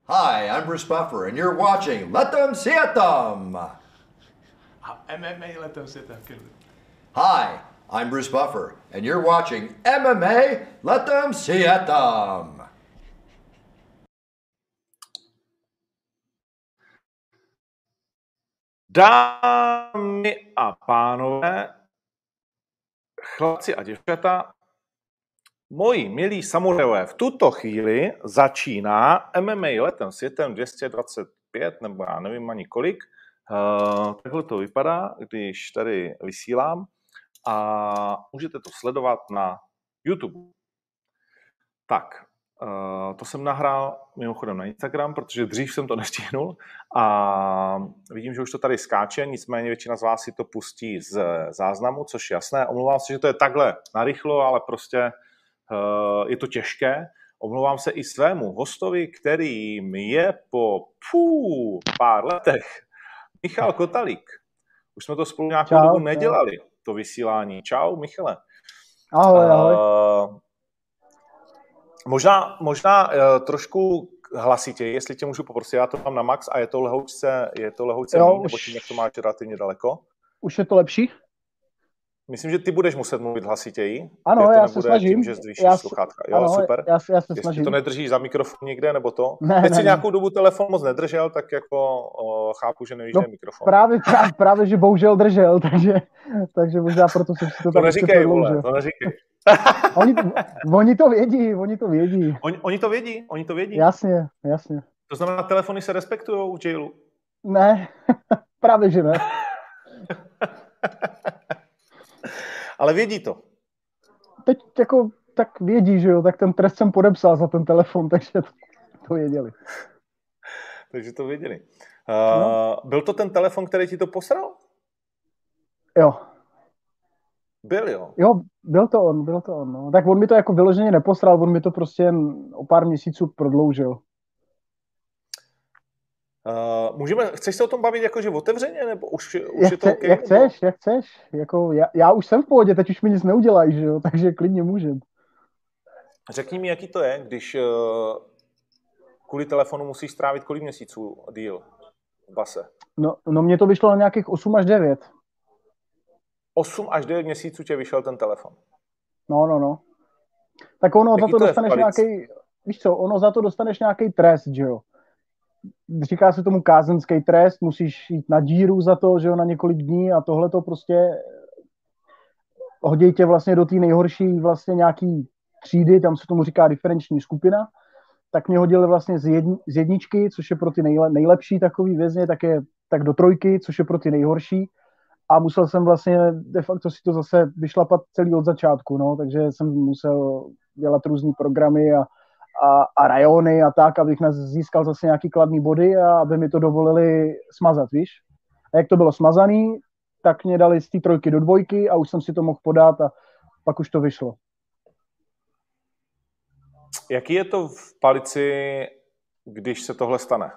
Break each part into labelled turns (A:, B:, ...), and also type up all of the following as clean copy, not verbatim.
A: Hi, I'm Bruce Buffer, and you're watching Let Them See It Them!
B: MMA letem světem, kyllä.
A: Hi, I'm Bruce Buffer, and you're watching MMA Let Them See It Them!
C: Dámy a pánové, chlapci a děvčata, moji milí samurajové, v tuto chvíli začíná MMA letem světem 225, nebo já nevím ani kolik. Takhle to vypadá, když tady vysílám a můžete to sledovat na YouTube. Tak, to jsem nahrál mimochodem na Instagram, protože dřív jsem to nestihnul a vidím, že už to tady skáče, nicméně většina z vás si to pustí z záznamu, což je jasné. Omlouvám se, že to je takhle narychlo, ale prostě je to těžké. Omlouvám se i svému hostovi, kterým je po pár letech Michal Kotalík. Už jsme to spolu nějakou dobu nedělali, to vysílání. Čau, Michale.
D: Ahoj, ahoj.
C: Možná trošku hlasitě, jestli tě můžu poprosit, já to mám na max a je to lehoučce míň, nebo tím, jak to máš relativně daleko.
D: Už je to lepší?
C: Myslím, že ty budeš muset mluvit hlasitěji.
D: Ano, já se snažím.
C: Tím, že zdvíšíš sluchátka. Jo,
D: ano,
C: super.
D: Já se
C: Jestli
D: snažím.
C: to nedržíš za mikrofon někde, nebo to?
D: Ne,
C: teď si
D: ne.
C: nějakou dobu telefon moc nedržel, tak jako chápu, že nevíš, kde je mikrofon.
D: Právě, že bohužel držel, takže možná proto jsem si to tak
C: neříkej, vole, to neříkej.
D: Oni to vědí.
C: Oni to vědí.
D: Jasně.
C: To znamená, telefony se respektujou u jailu?
D: Ne, právě že ne.
C: Ale vědí to.
D: Teď jako tak vědí, že jo, tak ten trest jsem podepsal za ten telefon, takže to věděli.
C: Takže to věděli. Byl to ten telefon, který ti to posral?
D: Jo.
C: Byl, jo?
D: Jo, byl to on, no. Tak on mi to jako vyloženě neposral, on mi to prostě jen o pár měsíců prodloužil.
C: Chceš se o tom bavit jakože otevřeně, nebo už je to okay?
D: Jak chceš. Jako já už jsem v pohodě, teď už mi nic neudělají, že jo, takže klidně můžem.
C: Řekni mi, jaký to je, když kvůli telefonu musíš strávit kolik měsíců díl v base?
D: No mě to vyšlo na nějakých 8 až 9.
C: 8 až 9 měsíců tě vyšel ten telefon?
D: No. Tak ono za to dostaneš nějaký, víš co, za to dostaneš nějaký trest, že jo. Říká se tomu kázeňský trest, musíš jít na díru za to, že jo, na několik dní a tohle to prostě hodí tě vlastně do té nejhorší vlastně nějaký třídy, tam se tomu říká diferenční skupina, tak mě hodili vlastně z jedničky, což je pro ty nejlepší takový vězně, tak do trojky, což je pro ty nejhorší a musel jsem vlastně de facto si to zase vyšlapat celý od začátku, no, takže jsem musel dělat různý programy a rajony a tak, abych získal zase nějaký kladný body a aby mi to dovolili smazat, víš. A jak to bylo smazaný, tak mě dali z té trojky do dvojky a už jsem si to mohl podat a pak už to vyšlo.
C: Jaký je to v Palici, když se tohle stane?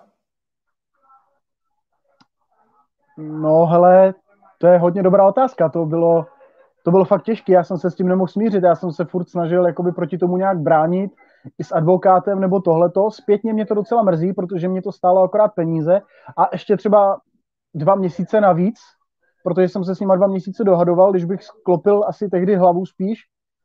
D: No hele, to je hodně dobrá otázka. To bylo fakt těžké, já jsem se s tím nemohl smířit, já jsem se furt snažil jakoby proti tomu nějak bránit, i s advokátem nebo tohleto. Zpětně mě to docela mrzí, protože mě to stálo akorát peníze a ještě třeba 2 měsíce navíc, protože jsem se s nima 2 měsíce dohadoval, když bych sklopil asi tehdy hlavu spíš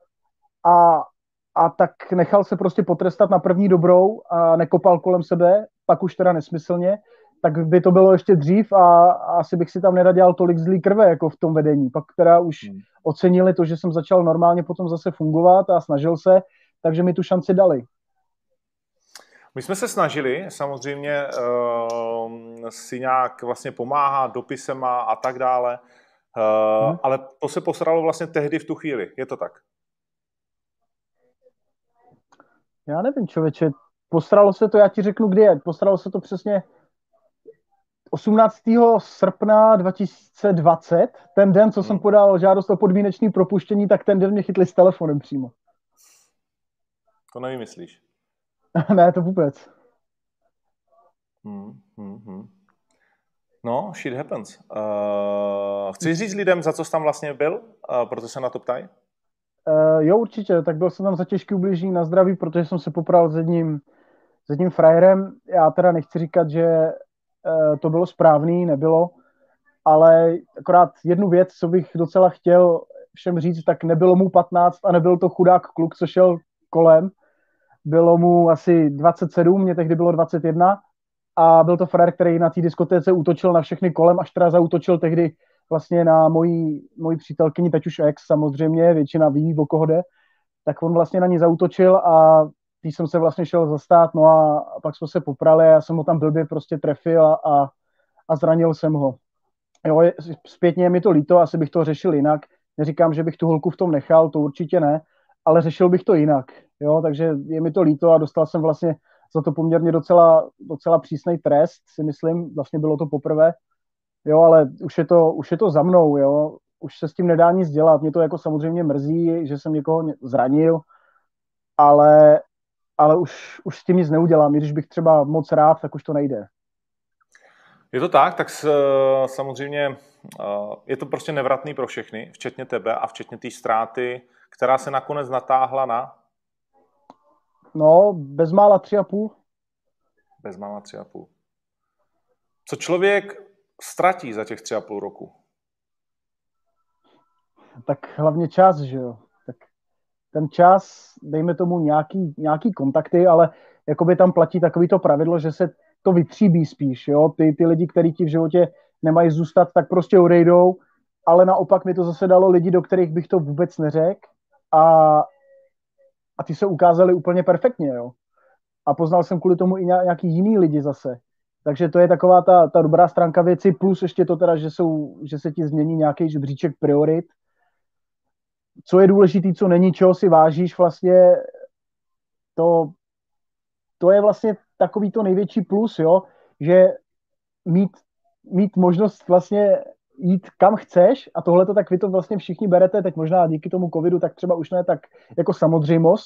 D: a tak nechal se prostě potrestat na první dobrou a nekopal kolem sebe, pak už teda nesmyslně, tak by to bylo ještě dřív a asi bych si tam nenadělal tolik zlý krve jako v tom vedení. Pak teda už ocenili to, že jsem začal normálně potom zase fungovat a snažil se, takže mi tu šanci dali.
C: My jsme se snažili samozřejmě si nějak vlastně pomáhat dopisema a tak dále, ale to se posralo vlastně tehdy v tu chvíli. Je to tak?
D: Já nevím, člověče. Posralo se to, já ti řeknu, kdy je. Posralo se to přesně 18. srpna 2020. Ten den, co jsem podal žádost o podmínečné propuštění, tak ten den mě chytli s telefonem přímo.
C: To nevymyslíš?
D: Ne, to vůbec.
C: No, shit happens. Chci říct lidem, za co jsi tam vlastně byl? Proto se na to ptají?
D: Jo, určitě. Tak byl jsem tam za těžké ublížení na zdraví, protože jsem se popral s jedním za tím frajerem, já teda nechci říkat, že to bylo správný, nebylo, ale akorát jednu věc, co bych docela chtěl všem říct, tak nebylo mu 15 a nebyl to chudák kluk, co šel kolem. Bylo mu asi 27, mě tehdy bylo 21 a byl to frajer, který na té diskotéce útočil na všechny kolem, až teda zaútočil tehdy vlastně na moji přítelkyni, teď už ex samozřejmě, většina ví, o koho jde, tak on vlastně na ní zaútočil a když jsem se vlastně šel zastát, no a pak jsme se poprali a já jsem ho tam blbě prostě trefil a zranil jsem ho. Jo, zpětně je mi to líto, asi bych to řešil jinak. Neříkám, že bych tu holku v tom nechal, to určitě ne, ale řešil bych to jinak. Jo, takže je mi to líto a dostal jsem vlastně za to poměrně docela přísnej trest, si myslím, vlastně bylo to poprvé. Jo, ale už je to za mnou, jo. Už se s tím nedá nic dělat. Mě to jako samozřejmě mrzí, že jsem někoho zranil, ale už s tím nic neudělám. I když bych třeba moc rád, tak už to nejde.
C: Je to tak samozřejmě je to prostě nevratný pro všechny, včetně tebe a včetně té ztráty, která se nakonec natáhla na?
D: No, bezmála 3,5.
C: Bezmála 3,5. Co člověk ztratí za těch 3,5 roku?
D: Tak hlavně čas, že jo. Tak ten čas, dejme tomu nějaký kontakty, ale jakoby tam platí takový to pravidlo, že se to vytříbí spíš, jo. Ty lidi, kteří ti v životě nemají zůstat, tak prostě odejdou, ale naopak mi to zase dalo lidi, do kterých bych to vůbec neřekl a ty se ukázali úplně perfektně, jo. A poznal jsem kvůli tomu i nějaký jiný lidi zase. Takže to je taková ta dobrá stránka věci, plus ještě to teda, že se ti změní nějaký žebříček priorit. Co je důležitý, co není, čeho si vážíš vlastně, to je vlastně takový to největší plus, jo, že mít možnost vlastně jít kam chceš a tohle to tak vy to vlastně všichni berete, teď možná díky tomu covidu, tak třeba už ne tak jako samozřejmost,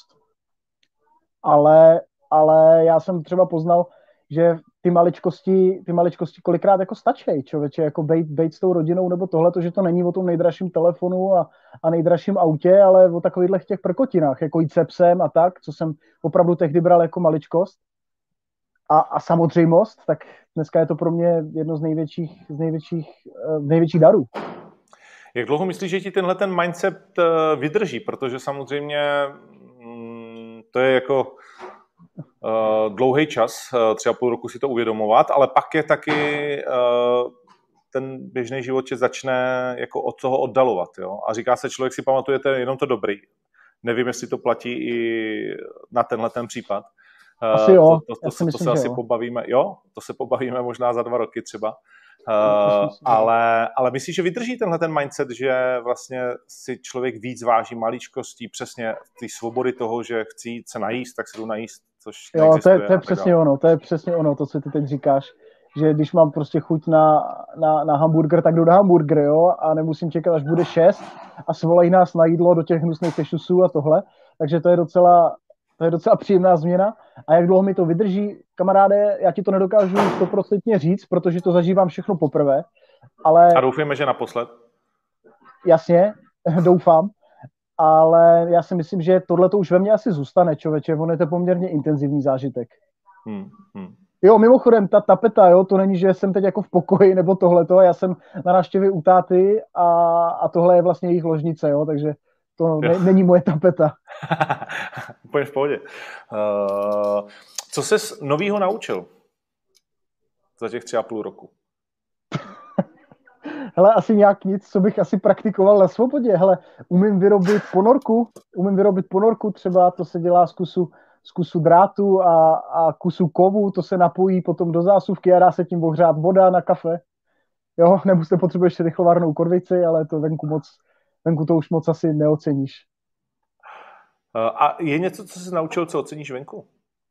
D: ale já jsem třeba poznal, že ty maličkosti kolikrát jako stačí, člověče, jako bejt s tou rodinou, nebo tohleto, že to není o tom nejdražším telefonu a nejdražším autě, ale o takových těch prkotinách, jako jít se psem a tak, co jsem opravdu tehdy bral jako maličkost a samozřejmost, tak dneska je to pro mě jedno z největších darů.
C: Jak dlouho myslíš, že ti ten mindset vydrží? Protože samozřejmě to je jako dlouhý čas, 3,5 roku si to uvědomovat, ale pak je taky ten běžný život tě začne jako od toho oddalovat. Jo? A říká se, člověk si pamatujete jenom to dobrý. Nevím, jestli to platí i na tenhle ten případ.
D: Asi jo.
C: To se asi pobavíme. Jo, to se pobavíme možná za 2 roky třeba. Ale myslíš, že vydrží ten mindset, že vlastně si člověk víc váží maličkostí, přesně ty svobody toho, že chci jít se najíst, tak se jdu najíst, což
D: jo, to je přesně ono, to, co ty teď říkáš, že když mám prostě chuť na hamburger, tak jdu na hamburger, jo, a nemusím čekat, až bude 6 a svolají nás na jídlo do těch hnusných kešusů a tohle, takže to je docela příjemná změna. A jak dlouho mi to vydrží, kamaráde, já ti to nedokážu 100% říct, protože to zažívám všechno poprvé, ale...
C: A doufujeme, že naposled.
D: Jasně, doufám, ale já si myslím, že tohle to už ve mně asi zůstane, člověče, on je to poměrně intenzivní zážitek. Jo, mimochodem, ta tapeta, jo, to není, že jsem teď jako v pokoji nebo tohleto, já jsem na návštěvě u táty a tohle je vlastně jejich ložnice, jo, takže to není moje tapeta.
C: Úplně v pohodě. Co ses novýho naučil za těch 3,5 roku?
D: Hele, asi nějak nic, co bych asi praktikoval na svobodě. Hele, umím vyrobit ponorku třeba, to se dělá z kusu drátu a kusu kovu, to se napojí potom do zásuvky a dá se tím ohřát voda na kafe. Jo, nebo se potřebuješ rychlovarnou korvici, ale to venku to už moc asi neoceníš.
C: A je něco, co jsi naučil, co oceníš venku?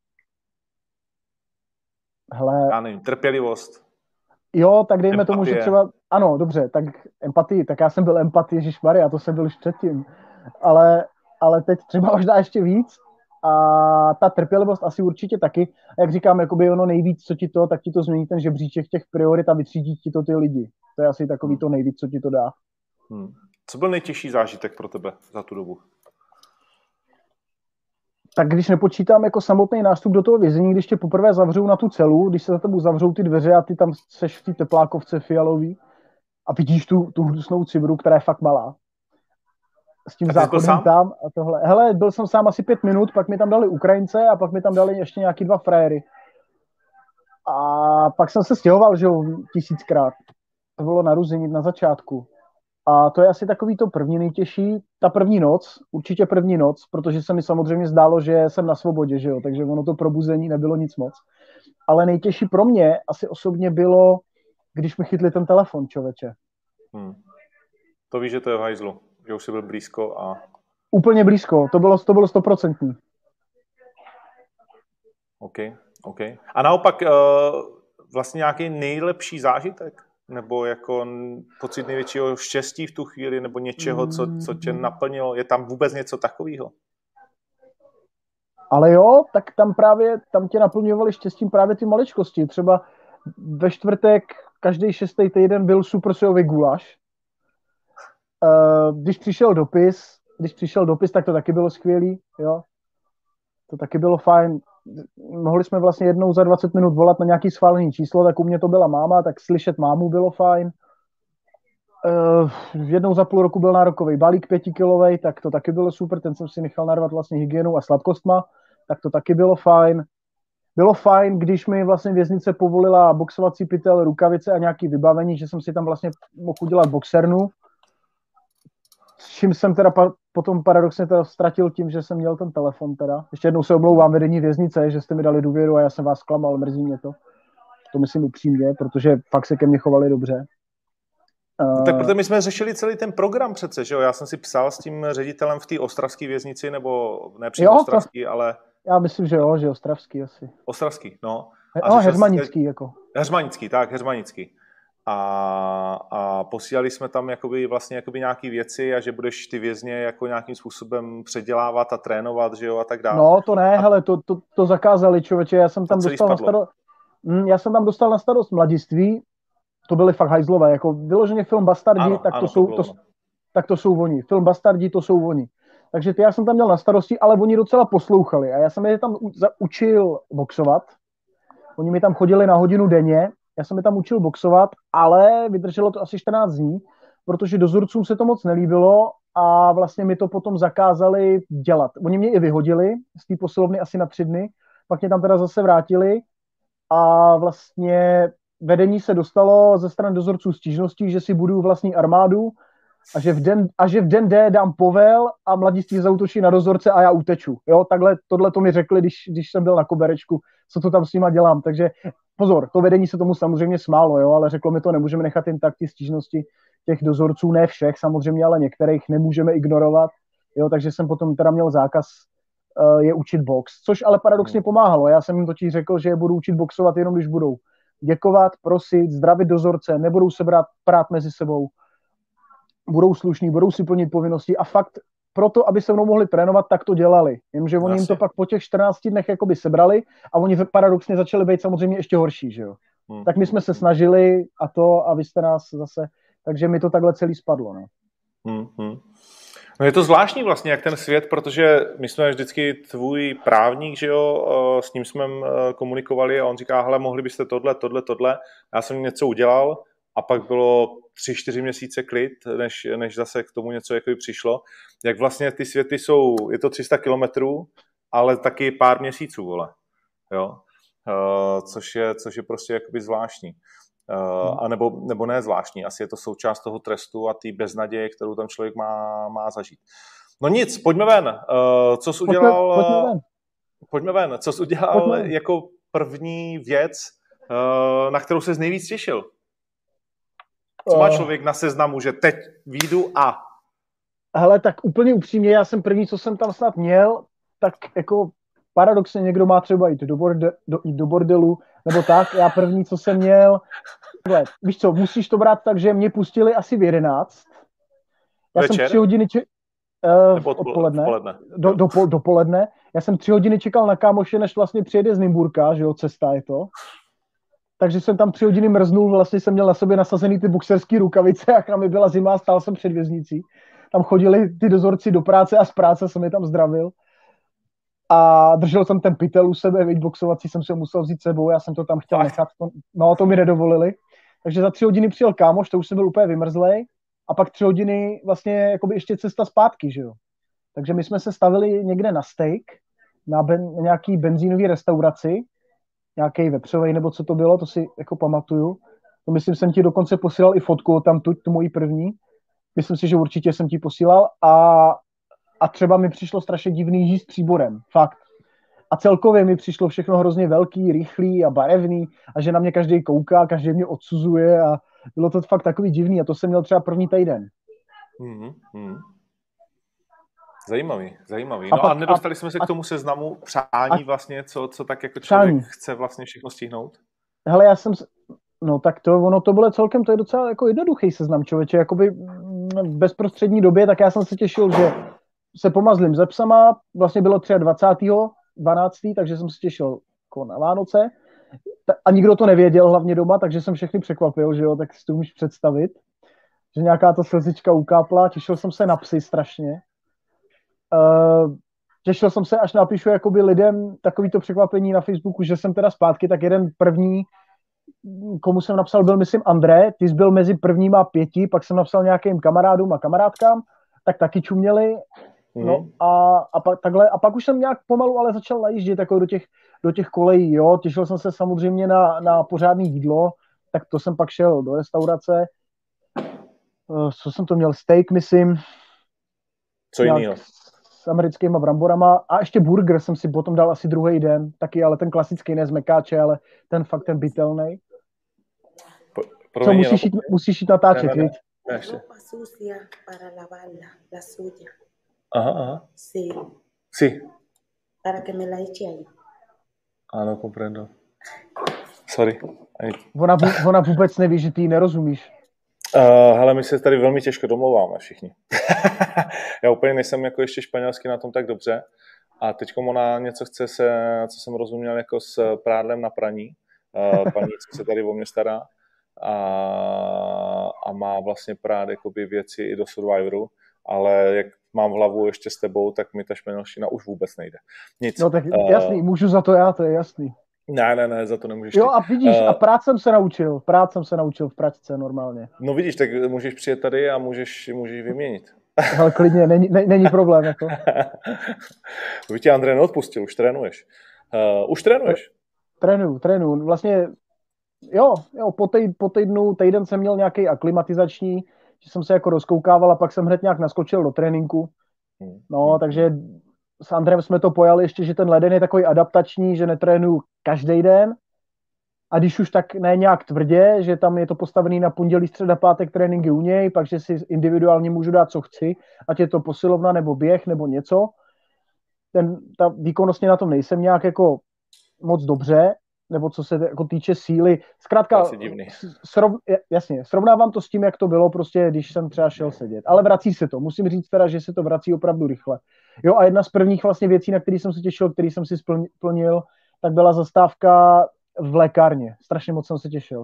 D: Hele,
C: já nevím, trpělivost.
D: Jo, tak dejme tomu, že třeba, ano, dobře, tak empatii, tak já jsem byl ježišmarja, to jsem byl už předtím, ale teď třeba možná ještě víc a ta trpělivost asi určitě taky, a jak říkám, jakoby ono nejvíc, co ti to, tak ti to změní ten žebříček těch priorit a vytřídí ti to ty lidi. To je asi takový to nejvíc, co ti to dá.
C: Co byl nejtěžší zážitek pro tebe za tu dobu?
D: tak když nepočítám jako samotný nástup do toho vězení, když tě poprvé zavřou na tu celu, když se za tebou zavřou ty dveře a ty tam seš v té teplákovce fialový a vidíš tu hnusnou cibru, která je fakt malá. S tím zákonem tam a tohle. Hele, byl jsem sám asi 5 minut, pak mi tam dali Ukrajince a pak mi tam dali ještě nějaký 2 frajery. A pak jsem se stěhoval, že jo, 1000krát. To bylo narození na začátku. A to je asi takový to první nejtěžší. Ta první noc, určitě první noc, protože se mi samozřejmě zdálo, že jsem na svobodě, že jo, takže ono to probuzení nebylo nic moc. Ale nejtěžší pro mě asi osobně bylo, když mi chytli ten telefon, člověče.
C: To víš, že to je v hajzlu, že už jsi byl blízko a...
D: Úplně blízko, to bylo 100%.
C: OK. A naopak vlastně nějaký nejlepší zážitek? Nebo jako pocit největšího štěstí v tu chvíli, nebo něčeho, co tě naplnilo? Je tam vůbec něco takového?
D: Ale jo, tak tam tě naplňovali štěstím právě ty maličkosti. Třeba ve čtvrtek každý 6. týden byl super sojový guláš. Když přišel dopis, tak to taky bylo skvělý, jo. To taky bylo fajn. Mohli jsme vlastně jednou za 20 minut volat na nějaký schválený číslo, tak u mě to byla máma, tak slyšet mámu bylo fajn. Jednou za půl roku byl nárokový balík 5kilovej, tak to taky bylo super, ten jsem si nechal narvat vlastně hygienou a sladkostma, tak to taky bylo fajn. Bylo fajn, když mi vlastně věznice povolila boxovací pytel, rukavice a nějaký vybavení, že jsem si tam vlastně mohl udělat boxernu. S čím jsem teda potom paradoxně teda ztratil tím, že jsem měl ten telefon teda. Ještě jednou se omlouvám vedení věznice, že jste mi dali důvěru a já jsem vás zklamal, mrzí mě to. To myslím upřímně, protože fakt se ke mně chovali dobře.
C: No, tak protože my jsme řešili celý ten program přece, že jo? Já jsem si psal s tím ředitelem v té ostravské věznici, nebo ne přímo ostravský, ale...
D: Já myslím, že jo, že ostravský asi.
C: Ostravský, no.
D: Heřmanický jako.
C: Heřmanický. A posílali jsme tam vlastně nějaký věci a že budeš ty vězně jako nějakým způsobem předělávat a trénovat, že jo, a tak dále.
D: No to ne, hele, to zakázali, člověče, já jsem tam dostal na starost mladiství, to byly fakt hajzlové, jako vyloženě film Bastardi, ano, tak to jsou oni. Film Bastardi, to jsou oni. Takže já jsem tam měl na starosti, ale oni docela poslouchali a já jsem je tam učil boxovat. Oni mi tam chodili na hodinu denně, já jsem je tam učil boxovat, ale vydrželo to asi 14 dní, protože dozorcům se to moc nelíbilo a vlastně mi to potom zakázali dělat. Oni mě i vyhodili z té posilovny asi na 3 dny, pak mě tam teda zase vrátili a vlastně vedení se dostalo ze strany dozorců stížností, že si buduju vlastní armádu a že v den D dám povel a mladiství zaútočí na dozorce a já uteču. Jo, tohle to mi řekli, když jsem byl na koberečku, co to tam s nima dělám. Takže pozor, to vedení se tomu samozřejmě smálo, jo, ale řeklo mi to, nemůžeme nechat jen tak ty stížnosti těch dozorců, ne všech samozřejmě, ale některých nemůžeme ignorovat. Jo, takže jsem potom teda měl zákaz je učit box, což ale paradoxně pomáhalo. Já jsem jim totiž řekl, že je budu učit boxovat jenom, když budou děkovat, prosit, zdravit dozorce, nebudou se prát mezi sebou, budou slušní, budou si plnit povinnosti a fakt proto, aby se mnou mohli trénovat, tak to dělali. Jenže oni jim to pak po těch 14 dnech jakoby sebrali a oni paradoxně začali být samozřejmě ještě horší, že jo. Tak my jsme se snažili a vy jste nás zase, takže mi to takhle celý spadlo, no.
C: No je to zvláštní vlastně, jak ten svět, protože my jsme vždycky tvůj právník, že jo, s ním jsme komunikovali a on říká, hele, mohli byste tohle. Já jsem něco udělal a pak bylo 3-4 měsíce klid, než zase k tomu něco jakoby přišlo. Jak vlastně ty světy jsou, je to 300 kilometrů, ale taky pár měsíců, vole. Jo? Což je prostě jakoby zvláštní. A nebo ne zvláštní, asi je to součást toho trestu a té beznaděje, kterou tam člověk má zažít. No nic, pojďme ven. Co jsi udělal? Pojďme ven. Co jsi udělal jako první věc, na kterou ses nejvíc těšil? Co má člověk na seznamu, že teď výjdu a...
D: Hele, tak úplně upřímně, já jsem první, co jsem tam snad měl, tak jako paradoxně někdo má třeba jít do bordelu, nebo tak, já první, co jsem měl, víš co, musíš to brát tak, že mě pustili asi v 11. Já
C: večer?
D: jsem 3 hodiny
C: odpoledne.
D: Dopoledne. Já jsem 3 hodiny čekal na kámoše, než vlastně přijede z Nymburka, že jo, cesta je to. Takže jsem tam 3 hodiny mrznul, vlastně jsem měl na sobě nasazený ty boxerský rukavice a kam mi byla zima a stál jsem před věznicí. Tam chodili ty dozorci do práce a z práce jsem je tam zdravil. a držel jsem ten pytel u sebe, veď boxovací jsem si ho musel vzít sebou, já jsem to tam chtěl nechat, no to mi nedovolili. Takže za 3 hodiny přijel kámoš, to už jsem byl úplně vymrzlej, a pak 3 hodiny vlastně jakoby ještě cesta zpátky, že jo. Takže my jsme se stavili někde na steak, na nějaký benzínový restauraci, nějaký vepřovej, nebo co to bylo, to si jako pamatuju. To myslím, jsem ti dokonce posílal i fotku tam tu moji první. Myslím si, že určitě jsem ti posílal a třeba mi přišlo strašně divný jíst s příborem, fakt. A celkově mi přišlo všechno hrozně velký, rychlý a barevný a že na mě každý kouká, každý mě odsuzuje a bylo to fakt takový divný a to jsem měl třeba první týden.
C: Zajímavý. No a nedostali jsme se k tomu seznamu přání vlastně, co tak jako člověk chce vlastně všechno stihnout?
D: Hele, no tak to bylo celkem, to je docela jako jednoduchý seznam, člověče, jakoby v bezprostřední době, tak já jsem se těšil, že se pomazlím se psama, vlastně bylo 23.12., takže jsem se těšil jako na Vánoce a nikdo to nevěděl, hlavně doma, takže jsem všechny překvapil, že jo, tak si to umíš představit, že nějaká ta slzička ukápla, těšil jsem se na psy strašně. Těšil jsem se, až napíšu jakoby lidem takovýto překvapení na Facebooku, že jsem teda zpátky, tak jeden první, komu jsem napsal, byl myslím André, ty jsi byl mezi prvníma 5, pak jsem napsal nějakým kamarádům a kamarádkám, tak taky čuměli, no a pak takhle, a pak už jsem nějak pomalu ale začal najíždět jako do těch kolejí, jo, těšil jsem se samozřejmě na pořádné jídlo, tak to jsem pak šel do restaurace, co jsem to měl, steak, myslím,
C: co jiného?
D: S americkýma bramborama a ještě burger jsem si potom dal asi druhý den, taky, ale ten klasický, ne z mekáče, ale ten fakt ten bytelnej. Co musíš jít natáčet, viď?
C: Aha. Sí.
E: Para que me la eche ahí.
C: Ano, comprendo. Sorry.
D: Ona vůbec neví, že ty ji nerozumíš.
C: Hele, my se tady velmi těžko domlouváme všichni. Já úplně nejsem jako ještě španělsky na tom tak dobře. A teď ona něco chce co jsem rozuměl, jako s prádlem na praní. Paní, co se tady o mě stará. A má vlastně prát jakoby věci i do Survivoru. Ale jak mám v hlavu ještě s tebou, tak mi ta španělština už vůbec nejde. Nic.
D: No tak jasný, můžu za to já, to je jasný.
C: Ne, za to nemůžeš.
D: Jo, a vidíš, a prát jsem se naučil v pračce normálně.
C: No vidíš, tak můžeš přijet tady a můžeš vyměnit.
D: Ale klidně, není problém. Jako.
C: By tě Andrej neodpustil, už trénuješ. Už trénuješ?
D: Trénuju. Vlastně, jo, po týden jsem měl nějaký aklimatizační, že jsem se jako rozkoukával a pak jsem hned nějak naskočil do tréninku. No, takže s Andrejem jsme to pojali ještě, že ten leden je takový adaptační, že netrénuju každý den. A když už tak ne nějak tvrdě, že tam je to postavený na pondělí, středa, pátek tréninky u něj, pak že si individuálně můžu dát, co chci, ať je to posilovna nebo běh nebo něco. Ta výkonnostně na tom nejsem nějak jako moc dobře, nebo co se jako týče síly. Zkrátka, srovnávám to s tím, jak to bylo prostě, když jsem třeba šel sedět. Ale vrací se to. Musím říct teda, že se to vrací opravdu rychle. Jo, a jedna z prvních vlastně věcí, na který jsem se těšil, který jsem si splnil, tak byla zastávka v lékárně. Strašně moc jsem se těšil.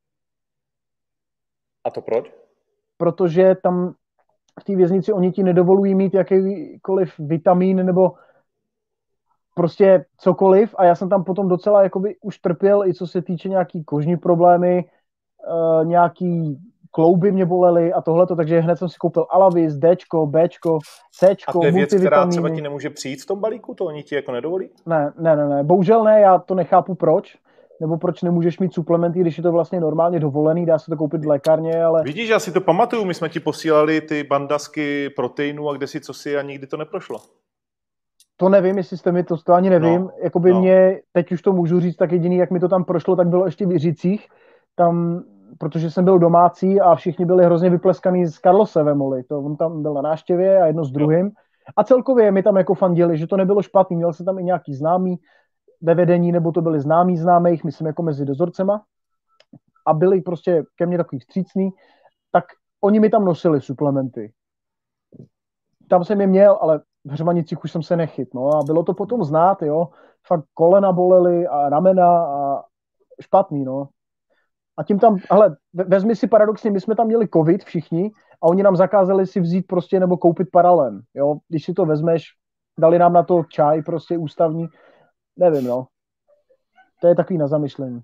C: A to proč?
D: Protože tam v té věznici oni ti nedovolují mít jakýkoliv vitamín nebo prostě cokoliv a já jsem tam potom docela jakoby už trpěl, i co se týče nějaký kožní problémy, nějaký klouby mě bolely a tohleto, takže hned jsem si koupil Alavis, Dčko, Bčko, Cčko,
C: multivitamíny. A to je věc, která třeba ti nemůže přijít v tom balíku? To oni ti jako nedovolí?
D: Ne. Bohužel ne, já to nechápu proč. Nebo proč nemůžeš mít suplementy, když je to vlastně normálně dovolený, dá se to koupit v lékárně, ale...
C: Vidíš, já si to pamatuju, my jsme ti posílali ty bandasky proteinu a kdesi cosi a nikdy to neprošlo.
D: To nevím, jestli jste mi to ani nevím. Jakoby mě, teď už to můžu říct, tak jediný, jak mi to tam prošlo, tak bylo ještě v Jiřicích, tam, protože jsem byl domácí a všichni byli hrozně vypleskaný z Carlose Vemoli. On tam byl na návštěvě a jedno s druhým. A celkově mi tam jako fandili, že to nebylo špatný, měl jsem tam i nějaký známý ve vedení, nebo to byli známých, myslím jako mezi dozorcema a byli prostě ke mně takový vstřícný, tak oni mi tam nosili suplementy. Tam jsem je měl, ale v Hřmanicích už jsem se nechyt, no a bylo to potom znát, jo, fakt kolena bolely a ramena a špatný, no. A tím tam, hele, vezmi si paradoxně, my jsme tam měli covid všichni a oni nám zakázali si vzít prostě nebo koupit Paralen, jo, když si to vezmeš, dali nám na to čaj prostě ústavní, nevím, no. To je takový na zamyšlení.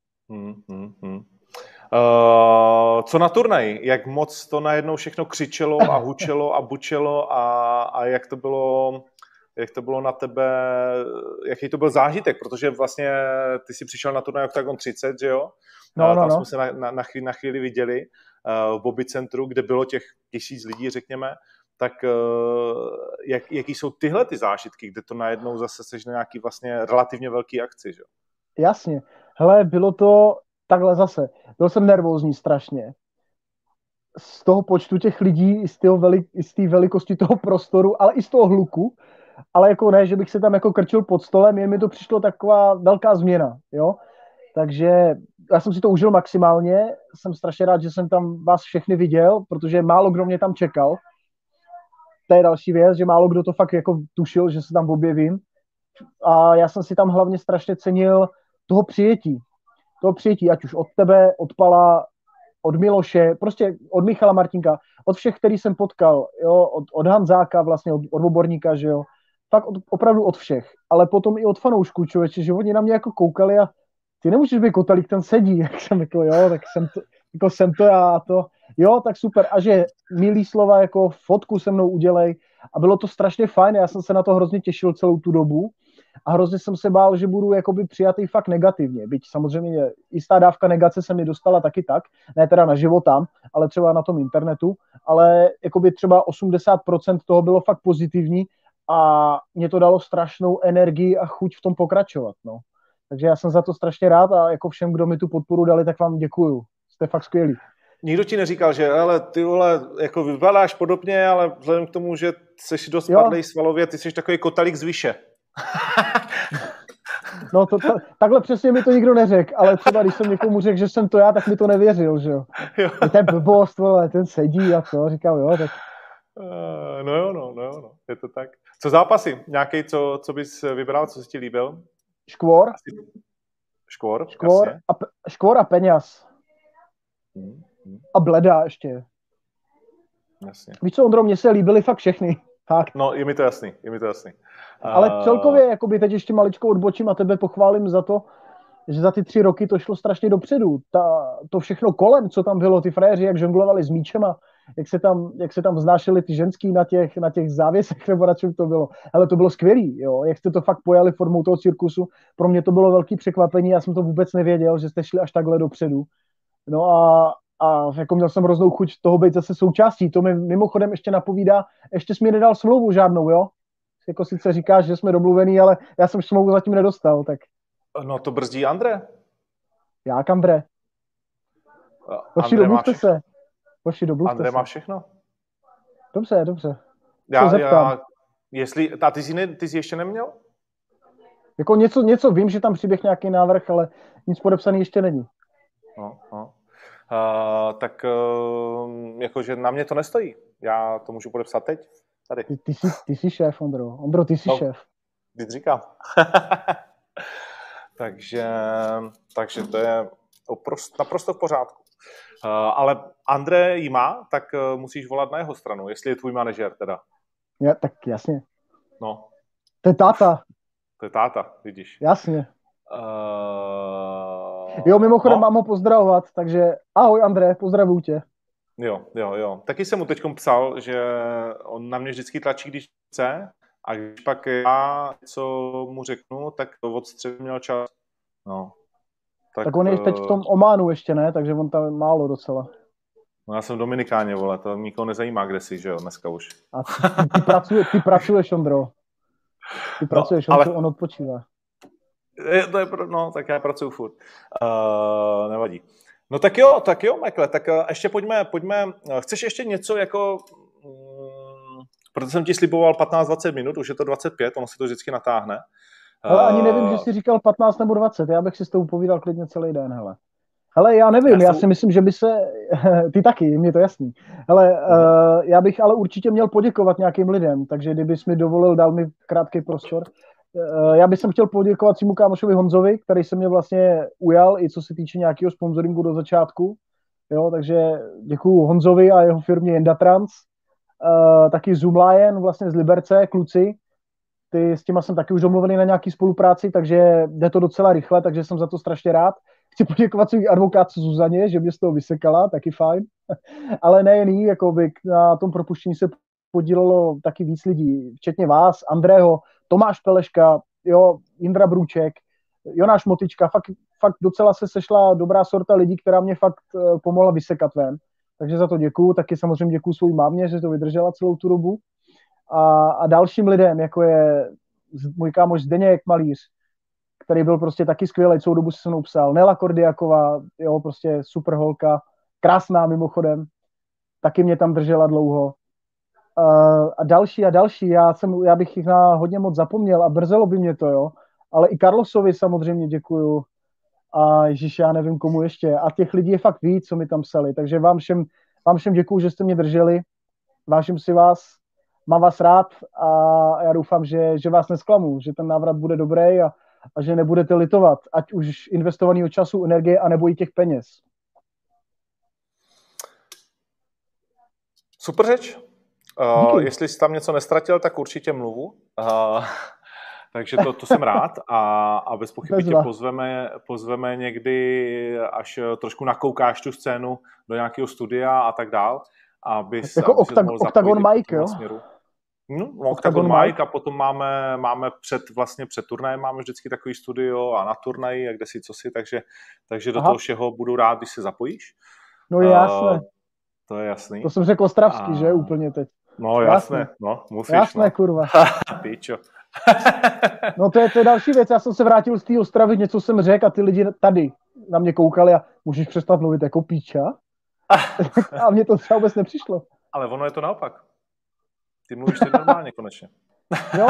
C: Co na turnaji? Jak moc to najednou všechno křičelo a hučelo a bučelo a jak to bylo na tebe, jaký to byl zážitek, protože vlastně ty jsi přišel na turnaj Octagon 30, že jo? Tam jsme se na chvíli viděli v Bobby centru, kde bylo těch 1000 lidí, řekněme. Tak jaký jsou tyhle ty zážitky, kde to najednou zase seš na nějaký vlastně relativně velký akci, že jo?
D: Jasně. Hele, bylo to takhle zase. Byl jsem nervózní strašně. Z toho počtu těch lidí, i z té velikosti toho prostoru, ale i z toho hluku. Ale jako ne, že bych se tam jako krčil pod stolem, jen mi to přišlo taková velká změna, jo. Takže já jsem si to užil maximálně. Jsem strašně rád, že jsem tam vás všechny viděl, protože málo kdo mě tam čekal. To je další věc, že málo kdo to fakt jako tušil, že se tam objevím. A já jsem si tam hlavně strašně cenil toho přijetí, ať už od tebe, od Pala, od Miloše, prostě od Michala Martinka, od všech, který jsem potkal, jo, od Hanzáka vlastně, od Oborníka, že jo, fakt opravdu od všech, ale potom i od fanoušků, člověče, že oni na mě jako koukali a ty nemůžeš být Kotalík, ten sedí, jak jsem řekl, jo, tak jsem to já a to, jo, tak super, a že milý slova, jako fotku se mnou udělej a bylo to strašně fajn, já jsem se na to hrozně těšil celou tu dobu a hrozně jsem se bál, že budu jakoby přijatý fakt negativně, byť samozřejmě jistá dávka negace se mi dostala taky tak, ne teda na život tam, ale třeba na tom internetu, ale jakoby třeba 80% toho bylo fakt pozitivní a mě to dalo strašnou energii a chuť v tom pokračovat, no. Takže já jsem za to strašně rád a jako všem, kdo mi tu podporu dali, tak vám děkuju. Jste fakt skvělí.
C: Nikdo ti neříkal, že ale ty vole, jako vypadáš podobně, ale vzhledem k tomu, že jsi dost padlej svalově, ty jsi takový Kotalík z výše.
D: No takhle přesně mi to nikdo neřekl, ale třeba když jsem někomu řekl, že jsem to já, tak mi to nevěřil, že jo. Ten blbost, vole, ten sedí a co, říkal, jo, tak.
C: No jo, je to tak. Co zápasy? Nějaký, co bys vybral, co jsi ti líbil?
D: Škvor. Škvor a Peňaz. A Bleda ještě.
C: Jasně.
D: Víš co, Ondro, mně se líbily fakt všechny. Fakt.
C: No, je mi to jasný.
D: Ale celkově, jakoby teď ještě maličko odbočím a tebe pochválím za to, že za ty 3 roky to šlo strašně dopředu. To všechno kolem, co tam bylo, ty frajeři, jak žonglovali s míčema, jak se tam vznášeli ty ženský na těch závěsech, nebo na čem to bylo. Ale to bylo skvělý, jo, jak jste to fakt pojali formou toho cirkusu. Pro mě to bylo velký překvapení, já jsem to vůbec nevěděl, že jste šli až takhle dopředu. No a jako měl jsem hroznou chuť toho být zase součástí. To mi mimochodem ještě napovídá, ještě jsi mi nedal smlouvu žádnou, jo? Jako sice říkáš, že jsme domluvený, ale já jsem smlouvu zatím nedostal, tak.
C: No to brzdí André.
D: Jak André? Hoši, domluvte se.
C: André má všechno.
D: Dobře.
C: A ty jsi ještě neměl?
D: Jako něco vím, že tam přiběh nějaký návrh, ale nic podepsaný ještě není.
C: No. Tak jakože na mě to nestojí. Já to můžu podepsat teď. Tady.
D: Ty jsi šéf, Ondro. Ondro, ty jsi šéf.
C: Teď říkám. takže to je naprosto v pořádku. Ale André ji má, tak musíš volat na jeho stranu, jestli je tvůj manažer teda.
D: Ja, tak jasně.
C: No.
D: To je táta,
C: vidíš.
D: Jasně. Jo, mimochodem mám ho pozdravovat, takže ahoj André, pozdravuju tě.
C: Jo. Taky jsem mu teďkom psal, že on na mě vždycky tlačí, když chce, a když pak já co mu řeknu, tak odstřed měl čas. No.
D: Tak on je teď v tom Ománu ještě, ne? Takže on tam je málo docela.
C: No já jsem v Dominikáně, vole, to nikoho nezajímá, kde jsi, že jo, dneska už.
D: A ty pracuješ, Ondro. On odpočívá.
C: No, tak já pracuji furt. Nevadí. No tak jo, Michael, tak ještě pojďme. Chceš ještě něco jako... Protože jsem ti sliboval 15-20 minut, už je to 25, ono se to vždycky natáhne.
D: Ale ani nevím, že jsi říkal 15 nebo 20, já bych si s tou povídal klidně celý den, hele. Hele, já nevím, já si myslím, že by se... Ty taky, mně to jasný. Hele, já bych ale určitě měl poděkovat nějakým lidem, takže kdybys mi dovolil, dal mi krátký prostor. Já bych chtěl poděkovat svému kámošovi Honzovi, který se mě vlastně ujal, i co se týče nějakého sponzoringu do začátku. Jo, takže děkuju Honzovi a jeho firmě Jendatrans. Taky Zoom Lion vlastně z Liberce, kluci. s těma jsem taky už domluvený na nějaký spolupráci, takže jde to docela rychle, takže jsem za to strašně rád. Chci poděkovat svým advokátce Zuzaně, že mě z toho vysekala, taky fajn. Ale nejen jí, jakoby na tom propuštění se podílelo taky víc lidí, včetně vás, Andrého, Tomáš Peleška, jo, Jindra Brůček, Jonáš Motička, fakt docela se sešla dobrá sorta lidí, která mě fakt pomohla vysekat ven. Takže za to děkuju, taky samozřejmě děkuju svou mámě, že to vydržela celou tu dobu. A dalším lidem, jako je můj kámoš Zdeněk Malíř, který byl prostě taky skvělý, celou dobu si se mnou psal. Nela Kordiaková, jo, prostě super holka, krásná mimochodem, taky mě tam držela dlouho. A další, já bych jich na hodně moc zapomněl a brzelo by mě to, jo. Ale i Carlosovi samozřejmě děkuju a ježiš, já nevím komu ještě. A těch lidí je fakt víc, co mi tam psali, takže vám všem děkuju, že jste mě drželi, vážím si vás, mám vás rád a já doufám, že vás nesklamu, že ten návrat bude dobrý a že nebudete litovat, ať už investovaného času, energie, anebo i těch peněz.
C: Super řeč. Jestli jsi tam něco nestratil, tak určitě mluvu. Takže to jsem rád a bez pochyby tě pozveme někdy, až trošku nakoukáš tu scénu do nějakého studia a tak dál.
D: Jako Octagon Mike, jo?
C: Octagon Mike a potom máme před turnajem máme vždycky takový studio a na turnaji a kde si co si, takže do toho všeho budu rád, když se zapojíš.
D: No je jasné.
C: To je jasný.
D: To jsem řekl ostravsky, že úplně teď.
C: No jasné, no musíš.
D: Jasné, no. Kurva.
C: Píčo.
D: No to je další věc, já jsem se vrátil z té Ostravy, něco jsem řekl a ty lidi tady na mě koukali a můžeš přestat mluvit jako píča? A mně to třeba vůbec nepřišlo.
C: Ale ono je to naopak. Ty mluvíš teď normálně konečně.
D: Jo?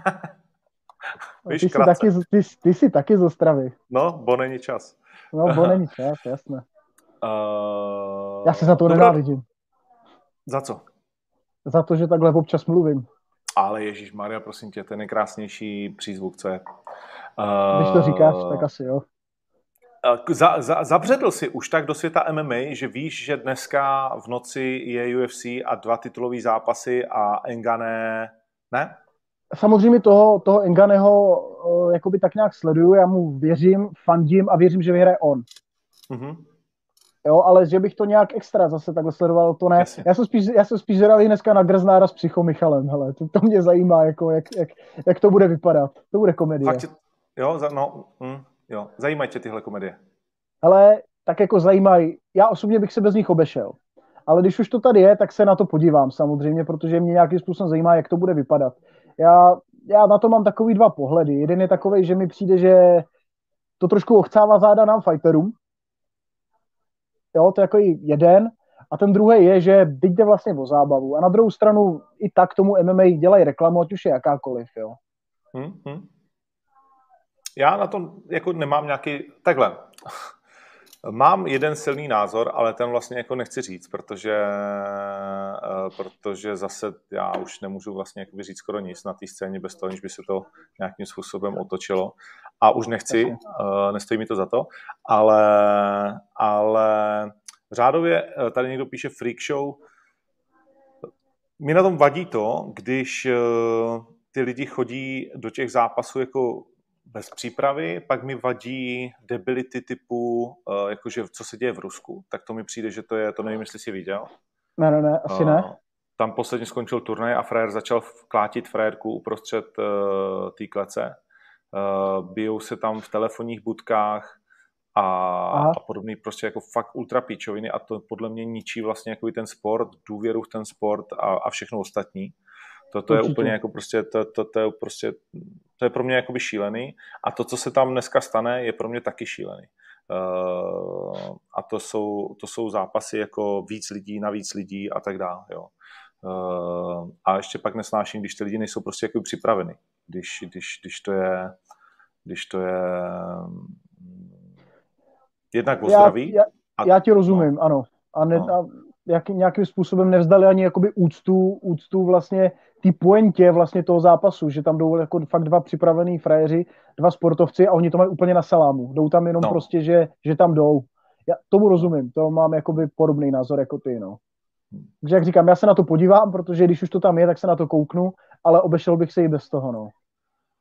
C: Víš,
D: ty jsi taky z Ostravy.
C: No, bo není čas.
D: No, bo není čas, jasné. Já se za to nenávidím.
C: Za co?
D: Za to, že takhle občas mluvím.
C: Ale ježišmarja, prosím tě, ten nejkrásnější přízvuk, co je.
D: Když to říkáš, tak asi jo.
C: Zabředl si už tak do světa MMA, že víš, že dneska v noci je UFC a 2 titulové zápasy a Ngannou, ne?
D: Samozřejmě toho Ngannouho jakoby tak nějak sleduju, já mu věřím, fandím a věřím, že vyhraje on.
C: Mm-hmm.
D: Jo, ale že bych to nějak extra zase takhle sledoval, to ne. Já jsem spíš zvědavý dneska na Grznára s Psycho Michalem, hele, to mě zajímá, jako jak to bude vypadat. To bude komedie.
C: Fakt, jo, zajímají tě tyhle komedie.
D: Ale tak jako zajímají, já osobně bych se bez nich obešel. Ale když už to tady je, tak se na to podívám samozřejmě, protože mě nějakým způsobem zajímá, jak to bude vypadat. Já na to mám takový 2 pohledy. Jeden je takovej, že mi přijde, že to trošku ochcává záda nám fighterům. Jo, to je jako jeden. A ten druhý je, že teď jde vlastně o zábavu. A na druhou stranu i tak tomu MMA dělají reklamu, ať už je jakákoliv, jo.
C: Já na to jako nemám nějaký... Takhle. Mám jeden silný názor, ale ten vlastně jako nechci říct, protože zase já už nemůžu vlastně říct skoro nic na té scéně bez toho, než by se to nějakým způsobem otočilo. A už nechci, nestojí mi to za to, ale řádově tady někdo píše freak show. Mi na tom vadí to, když ty lidi chodí do těch zápasů jako bez přípravy, pak mi vadí debility typu, jakože co se děje v Rusku, tak to mi přijde, že to nevím, jestli jsi viděl.
D: Ne, asi ne.
C: Tam posledně skončil turnaj a frajer začal klátit frajerku uprostřed té klece. Bijou se tam v telefonních budkách a podobný prostě jako fakt ultra píčoviny a to podle mě ničí vlastně jako i ten sport, důvěru v ten sport a všechno ostatní. To je úplně jako prostě, to je pro mě jakoby šílený a to, co se tam dneska stane, je pro mě taky šílený. A to jsou zápasy jako víc lidí na víc lidí a tak dále, jo. A ještě pak nesnáším, když ty lidi nejsou prostě jako připraveni, když to je jednak o zdraví.
D: Já ti rozumím, ano. A nějakým způsobem nevzdali ani jakoby úctu vlastně té pointě vlastně toho zápasu, že tam jdou jako fakt 2 připravený frajeři, 2 sportovci a oni to mají úplně na salámu. Jdou tam jenom prostě, že tam jdou. Já tomu rozumím, to mám jakoby podobný názor jako ty, no. Takže jak říkám, já se na to podívám, protože když už to tam je, tak se na to kouknu, ale obešel bych se i bez toho, no.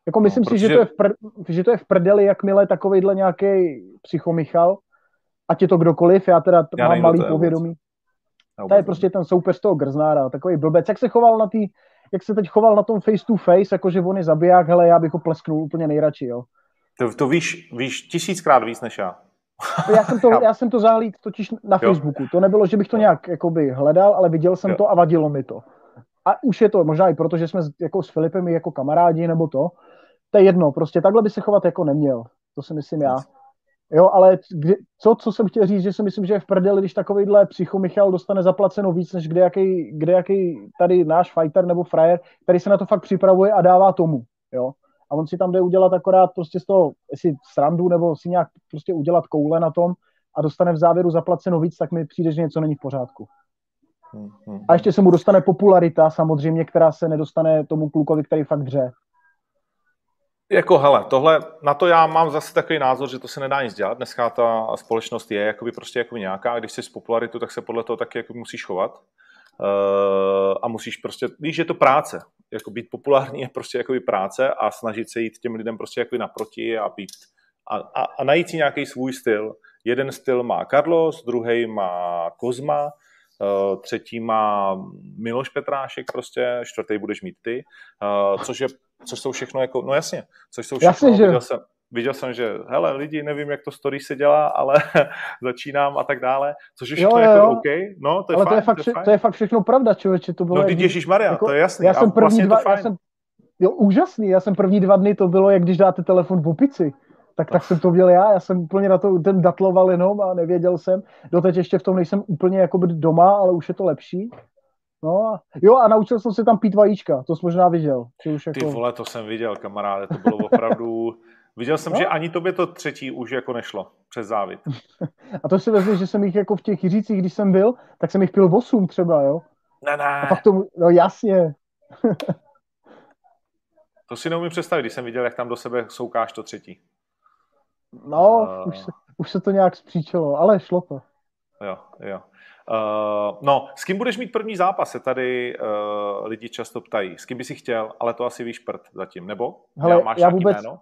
D: Jako myslím si, že to je v prdeli, jakmile takovejhle nějaký psychomichal, ať je to kdokoliv, já teda mám malý povědomí. To je prostě ten soupeř toho Grznára, takový blbec. Jak se teď choval na tom face to face, jakože on je zabiják, hele, já bych ho plesknul úplně nejradši, jo.
C: To víš 1000krát víc než já.
D: Já jsem to zahlíd totiž na Facebooku. To nebylo, že bych to nějak jakoby hledal, ale viděl jsem to a vadilo mi to. A už je to možná i proto, že jsme jako s Filipem jako kamarádi nebo to. To je jedno, prostě takhle by se chovat jako neměl. To si myslím já. Jo, ale co jsem chtěl říct, že si myslím, že je v prdeli, když takovejhle psychomichal dostane zaplaceno víc, než kdejaký tady náš fighter nebo frajer, který se na to fakt připravuje a dává tomu, jo. A on si tam jde udělat akorát prostě z toho, jestli srandu, nebo si nějak prostě udělat koule na tom a dostane v závěru zaplaceno víc, tak mi přijde, že něco není v pořádku. A ještě se mu dostane popularita samozřejmě, která se nedostane tomu klukovi, který fakt dře.
C: Jako hele, tohle, na to já mám zase takový názor, že to se nedá nic dělat. Dneska ta společnost je jakoby prostě jako nějaká, když jsi z popularitu, tak se podle toho taky jako musíš chovat. A musíš prostě, víš, že je to práce. Jako být populární je prostě jakoby práce a snažit se jít těm lidem prostě jakoby naproti a být a najít si nějaký svůj styl. Jeden styl má Carlos, druhý má Kozma, třetí má Miloš Petrášek prostě, čtvrtý budeš mít ty, což jsou všechno jako, no jasně, což jsou všechno, jasně, viděl jsem, že hele lidi, nevím, jak to story se dělá, ale začínám a tak dále, což je všechno jako OK, no to je
D: ale
C: fajn,
D: to je fakt všechno pravda, člověče, to bylo...
C: No teď ježišmarja, jako, to je jasný,
D: já jsem úžasný, já jsem první 2 dny, to bylo, jak když dáte telefon v opici. Tak jsem to měl já jsem úplně na to ten datloval jenom a nevěděl jsem. Doteď ještě v tom nejsem úplně jako doma, ale už je to lepší. No a naučil jsem se tam pít vajíčka, to jsi možná viděl. Už jako...
C: Ty vole, to jsem viděl, kamaráde, to bylo opravdu... Viděl jsem, že ani tobě to třetí už jako nešlo přes závit.
D: A to si vezmi, že jsem jich jako v těch Jiřících, když jsem byl, tak jsem jich pil 8 třeba, jo?
C: Ne.
D: A pak tomu, no jasně.
C: To si neumím představit, když jsem viděl, jak tam do sebe soukáš to třetí.
D: No, už se to nějak zpříčilo, ale šlo to.
C: Jo. No, s kým budeš mít první zápas, se tady lidi často ptají. S kým by si chtěl, ale to asi víš prd zatím, nebo?
D: Hele,
C: máš nějaký jméno?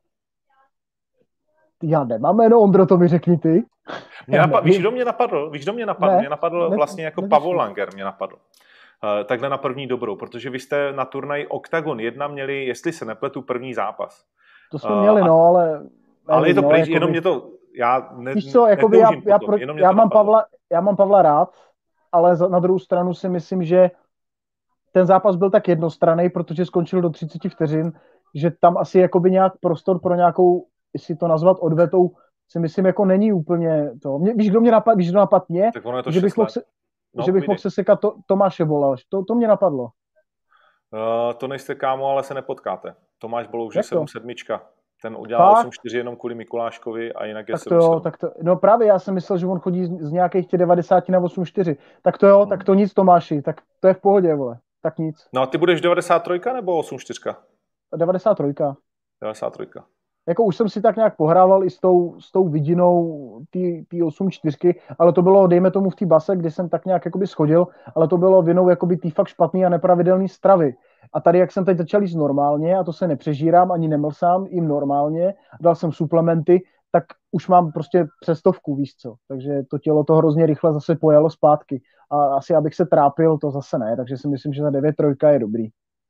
D: Já nemám jméno, Ondro, to mi řekni ty.
C: Víš, kdo mě napadl? Mě napadl vlastně jako Pavel Langer mě napadl. Takhle na první dobrou, protože vy jste na turnaji Octagon 1 měli, jestli se nepletu, první zápas.
D: To jsme měli, no, ale...
C: Ale je to pryč, jenom mě to...
D: Víš co, jakoby já mám Pavla rád, ale na druhou stranu si myslím, že ten zápas byl tak jednostranný, protože skončil do 30 vteřin, že tam asi jakoby nějak prostor pro nějakou, jestli to nazvat odvetou, si myslím, jako není úplně to. Víš, kdo napadl mě? Že bych mohl sekat Tomáše Bola. To mě napadlo.
C: To nejste kámo, ale se nepotkáte. Tomáš Bolou už je 7-7. Ten udělal 8-4 jenom kvůli Mikuláškovi a jinak je 7-7.
D: No právě, já jsem myslel, že on chodí z nějakých 90 na 8-4. Tak to jo, tak to nic, Tomáši, tak to je v pohodě, vole. Tak nic.
C: No a ty budeš 93 nebo 8-4?
D: 93.
C: 93.
D: Jako už jsem si tak nějak pohrával i s tou vidinou ty 8-4, ale to bylo, dejme tomu, v té base, kdy jsem tak nějak jakoby schodil, ale to bylo vinou jakoby tý fakt špatný a nepravidelný stravy. A tady, jak jsem teď začal jíst normálně, a to se nepřežírám, ani nemlsám, jim normálně, dal jsem suplementy, tak už mám prostě přes 100, víš co. Takže to tělo to hrozně rychle zase pojelo zpátky. A asi abych se trápil, to zase ne, takže si myslím, že ta 9-3 je dobrý.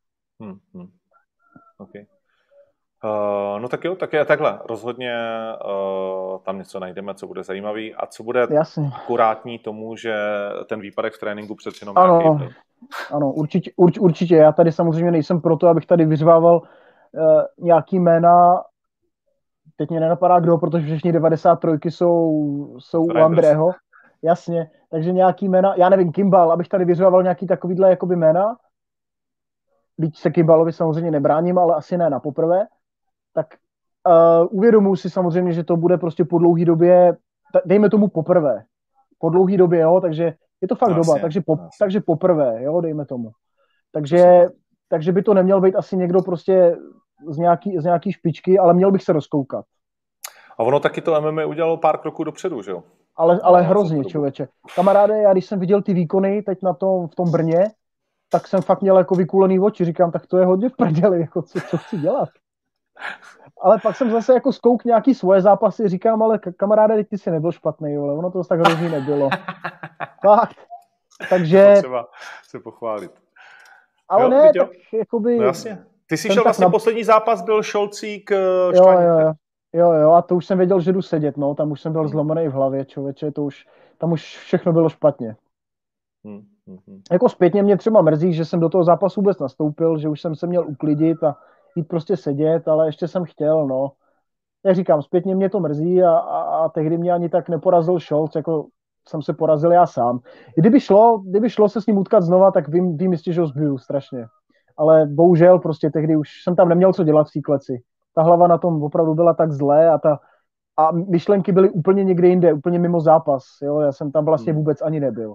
C: Okay. No tak jo, tak je takhle. Rozhodně tam něco najdeme, co bude zajímavý a co bude akurátní tomu, že ten výpadek v tréninku přece jenom nějaký.
D: Ano, určitě. Já tady samozřejmě nejsem proto, abych tady vyřvával nějaký jména. Teď mě nenapadá kdo, protože všichni 93 jsou u Andrého. Jasně, takže nějaký jména, já nevím, Kimball, abych tady vyřvával nějaký takovýhle jakoby jména. Byť se Kimballovi samozřejmě nebráním, ale asi ne na poprvé. Tak uvědomuji si samozřejmě, že to bude prostě po dlouhý době, dejme tomu poprvé. Po dlouhý době, jo, takže je to fakt doba, takže poprvé, jo, dejme tomu. Takže by to neměl být asi někdo prostě z nějaký špičky, ale měl bych se rozkoukat.
C: A ono taky to MMA udělalo pár kroků dopředu, že jo?
D: Ale hrozně, člověče. Kamaráde, já když jsem viděl ty výkony teď v tom Brně, tak jsem fakt měl jako vykulený oči. Říkám, tak to je hodně v prdeli, jako co chci dělat. Ale pak jsem zase jako zkouk nějaký svoje zápasy, říkám, ale kamaráde, ty si nebyl špatný, vole, ono to tak hrozný nebylo. Fakt. Takže...
C: Potřeba se pochválit.
D: Ale
C: jo,
D: ne, tak jakoby...
C: No jasně. Ty jsi šel vlastně poslední zápas, byl Šolcík
D: Štvanice. Jo, a to už jsem věděl, že jdu sedět, no, tam už jsem byl zlomený v hlavě, člověče, tam už všechno bylo špatně. Jako zpětně mě třeba mrzí, že jsem do toho zápasu vůbec nastoupil, že už jsem se měl uklidit a jít prostě sedět, ale ještě jsem chtěl, no. Jak říkám, zpětně mě to mrzí a tehdy mě ani tak neporazil Scholz, jako jsem se porazil já sám. Kdyby šlo se s ním utkat znova, tak vím jistě, že ho zbiju strašně. Ale bohužel prostě tehdy už jsem tam neměl co dělat v té kleci. Ta hlava na tom opravdu byla tak zlé a myšlenky byly úplně někde jinde, úplně mimo zápas. Jo? Já jsem tam vlastně vůbec ani nebyl.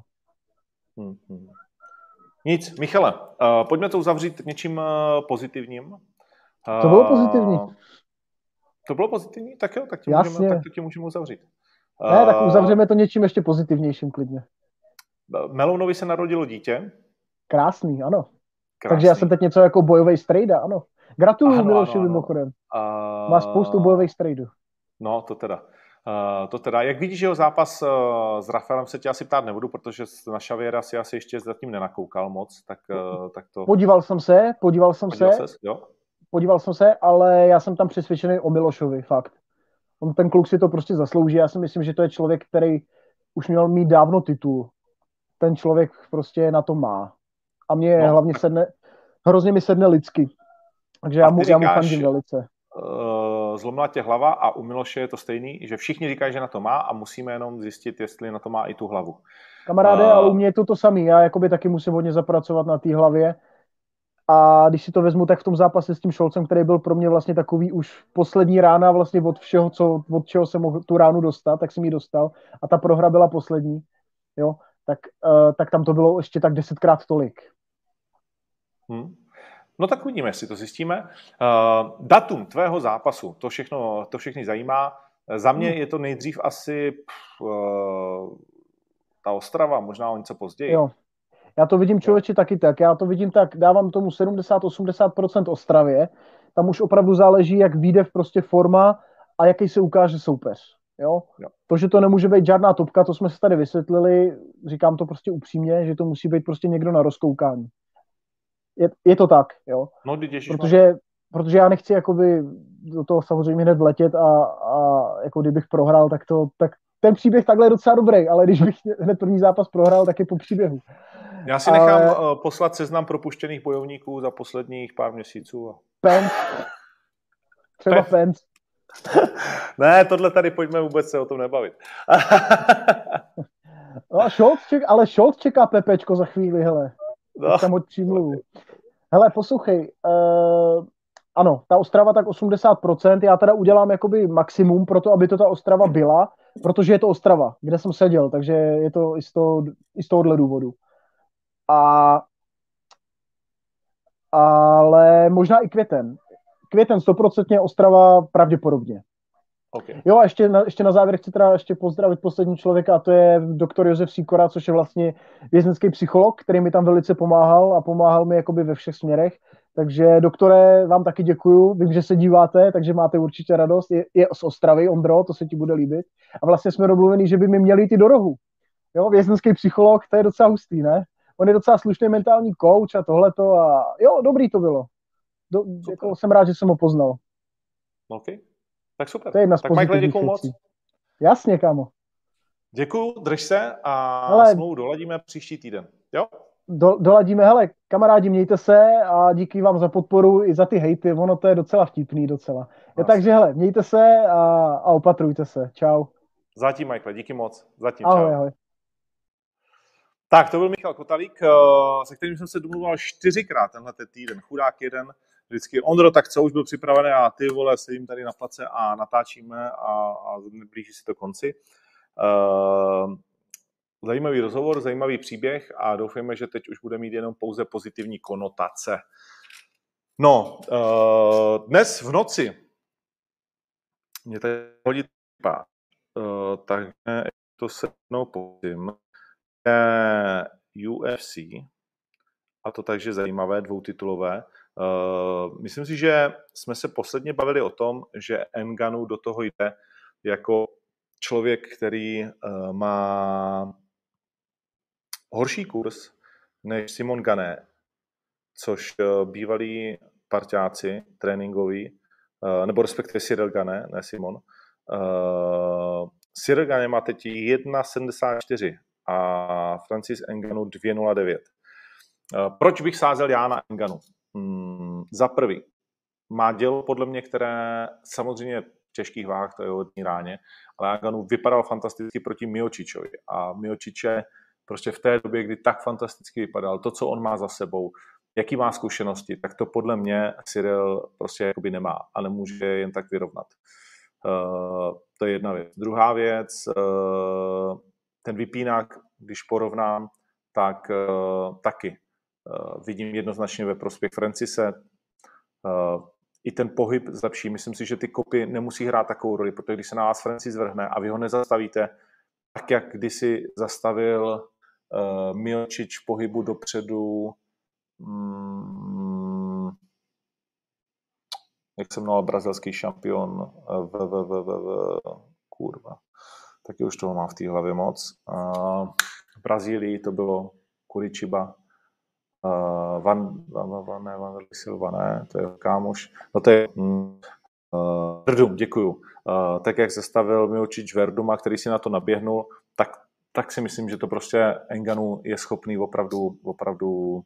C: Nic, Michale, pojďme to uzavřít něčím pozitivním.
D: To bylo pozitivní.
C: To bylo pozitivní? Tak jo, tak tě můžeme uzavřít.
D: Ne, tak uzavřeme to něčím ještě pozitivnějším klidně.
C: Melounovi se narodilo dítě.
D: Krásný, ano. Krásný. Takže já jsem teď něco jako bojovej strejda, ano. Gratuluju Miloši mimochodem. Má spoustu bojových strejdů.
C: No, to teda. Jak vidíš jeho zápas s Rafaelem, se tě asi ptát nebudu, protože na Xaviera si asi ještě zatím nenakoukal moc, tak to...
D: Podíval jsem se.
C: Jo?
D: Podíval jsem se, ale já jsem tam přesvědčený o Milošovi, fakt. Ten kluk si to prostě zaslouží. Já si myslím, že to je člověk, který už měl mít dávno titul. Ten člověk prostě na to má. A mě hlavně hrozně mi sedne lidsky. Takže já mu fandím velice.
C: Zlomila tě hlava a u Miloše je to stejný, že všichni říkají, že na to má a musíme jenom zjistit, jestli na to má i tu hlavu.
D: Kamaráde, ale u mě je to samý. Já jakoby taky musím hodně zapracovat na té hlavě. A když si to vezmu, tak v tom zápase s tím Scholzem, který byl pro mě vlastně takový už poslední rána vlastně od všeho, od čeho jsem mohl tu ránu dostat, tak jsem ji dostal. A ta prohra byla poslední. Jo? Tak tam to bylo ještě tak 10krát tolik.
C: No tak uvidíme, jestli to zjistíme. Datum tvého zápasu, to všechny zajímá. Za mě je to nejdřív asi ta Ostrava, možná o něco později.
D: Jo. Já to vidím, člověče, taky tak. Já to vidím tak, dávám tomu 70-80% Ostravě. Tam už opravdu záleží, jak vyjde prostě forma a jaký se ukáže soupeř. Jo? To, že to nemůže být žádná topka, to jsme se tady vysvětlili, říkám to prostě upřímně, že to musí být prostě někdo na rozkoukání. Je to tak, jo.
C: No,
D: protože já nechci jakoby do toho samozřejmě hned vletět a jako kdybych prohrál, tak ten příběh takhle je docela dobrý, ale když bych hned první zápas prohrál, tak je po příběhu.
C: Já si nechám poslat seznam propuštěných bojovníků za posledních pár měsíců.
D: Pence. Třeba Pence.
C: Ne, tohle tady pojďme vůbec se o tom nebavit.
D: No, Scholz čeká Pepečko za chvíli, hele. No. Tam od přímluvu. Hele, poslouchej, ano, ta Ostrava tak 80%, já teda udělám jakoby maximum pro to, aby to ta Ostrava byla, protože je to Ostrava, kde jsem seděl, takže je to i z tohohle důvodu. Ale možná i Květen. Květen 100% Ostrava pravděpodobně.
C: Okay.
D: Jo a ještě na závěr chci teda ještě pozdravit poslední člověka a to je doktor Josef Sýkora, což je vlastně vězeňský psycholog, který mi tam velice pomáhal a pomáhal mi jakoby ve všech směrech. Takže doktore, vám taky děkuju, vím, že se díváte, takže máte určitě radost. Je z Ostravy, Ondro, to se ti bude líbit. A vlastně jsme domluveni, že by mi měli jít do rohu. Jo, vězeňský psycholog, to je docela hustý, ne? On je docela slušný mentální coach a tohleto a jo, dobrý to bylo. Jako jsem rád, že jsem ho poznal.
C: Okay. Tak super.
D: To je jedna z pozitivních věcí. Jasně, kámo.
C: Děkuju, drž se a smlouvu doladíme příští týden. Jo?
D: Doladíme, hele, kamarádi, mějte se a díky vám za podporu i za ty hejty, ono to je docela vtipný, docela. Takže hele, mějte se a opatrujte se. Čau.
C: Zatím, Michael, díky moc. Zatím,
D: ahoj,
C: čau.
D: Ahoj.
C: Tak, to byl Michal Kotalík, se kterým jsem se domluval 4krát tenhle týden. Chudák jeden. Vždycky Ondro, tak co, už byl připravený a ty vole, sedím tady na place a natáčíme a blíží si to konci. Zajímavý rozhovor, zajímavý příběh a doufujeme, že teď už bude mít jenom pouze pozitivní konotace. No, dnes v noci mě tady hodí takže to se mnou povím, UFC, a to takže zajímavé, dvoutitulové, Myslím si, že jsme se posledně bavili o tom, že Ngannou do toho jde jako člověk, který má horší kurz než Simon Gane, což bývalí parťáci tréninkoví, nebo respektive Cyril Gane, ne Simon. Cyril Gane má teď 1,74 a Francis Ngannou 2,09. Proč bych sázel já na Ngannou? Za prvý, má dělo podle mě, které samozřejmě v těžkých váhách, to je hodně ráně, ale Ngannou vypadal fantasticky proti Miocičovi a Miociče prostě v té době, kdy tak fantasticky vypadal, to, co on má za sebou, jaký má zkušenosti, tak to podle mě Cyril prostě jakoby nemá a nemůže jen tak vyrovnat. To je jedna věc. Druhá věc, ten vypínák, když porovnám, tak taky vidím jednoznačně ve prospěch Francise. I ten pohyb zlepší. Myslím si, že ty kopy nemusí hrát takovou roli, protože když se na vás Francis vrhne a vy ho nezastavíte, tak jak kdysi zastavil Miocic v pohybu dopředu, jak se jmenoval brazilský šampion kurva. Taky už toho mám v té hlavě moc. V Brazílii to bylo Curitiba. Van Silva, ne, to je kámoš. No to je Verdum, děkuju. Tak jak zastavil Miocic Verduma, který si na to naběhnul, tak si myslím, že to prostě Ngannou je schopný opravdu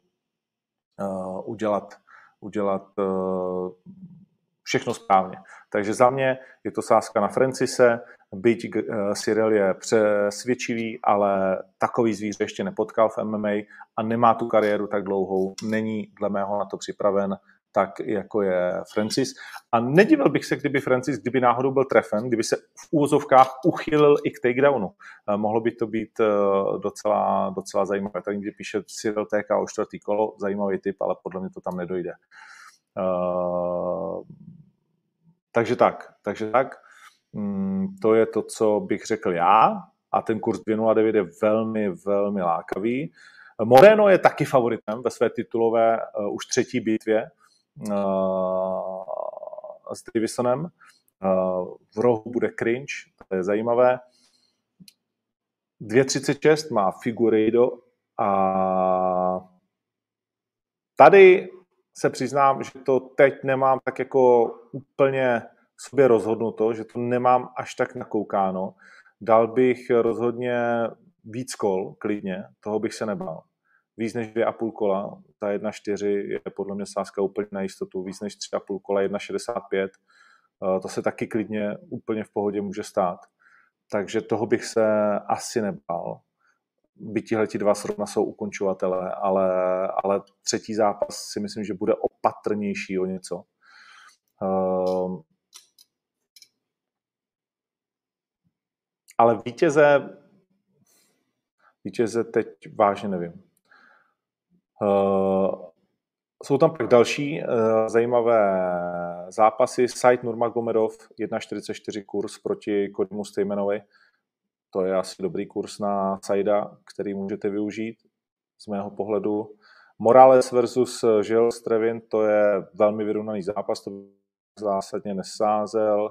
C: udělat všechno správně. Takže za mě je to sázka na Francise, byť Cyril je přesvědčivý, ale takový zvíře ještě nepotkal v MMA a nemá tu kariéru tak dlouhou, není dle mého na to připraven tak, jako je Francis. A nedivil bych se, kdyby Francis, kdyby náhodou byl trefen, kdyby se v úvozovkách uchylil i k takedownu. Mohlo by to být docela zajímavé. Tady někdy píše Cyril TKO 4. kolo, zajímavý tip, ale podle mě to tam nedojde. Takže tak. To je to, co bych řekl já. A ten kurz 2,09 je velmi, velmi lákavý. Moreno je taky favoritem ve své titulové už třetí bitvě s Davisonem. V rohu bude Cringe, to je zajímavé. 2,36 má Figueiredo a tady se přiznám, že to teď nemám tak jako úplně sobě rozhodnuto, že to nemám až tak nakoukáno. Dal bych rozhodně víc kol, klidně, toho bych se nebál. Víc než 2,5 kola, ta 1,4 je podle mě sázka úplně na jistotu, víc než 3,5 kola, 1,65, to se taky klidně úplně v pohodě může stát. Takže toho bych se asi nebál. Byť tihleti dva srovna jsou ukončovatele, ale třetí zápas si myslím, že bude opatrnější o něco. Ale vítěze teď vážně nevím. Jsou tam pak další zajímavé zápasy. Said Nurmagomedov 1,44 kurz proti Codymu Stamanovi. To je asi dobrý kurz na Saida, který můžete využít z mého pohledu. Morales versus Gilles Strevin, to je velmi vyrovnaný zápas, to bych zásadně nesázel.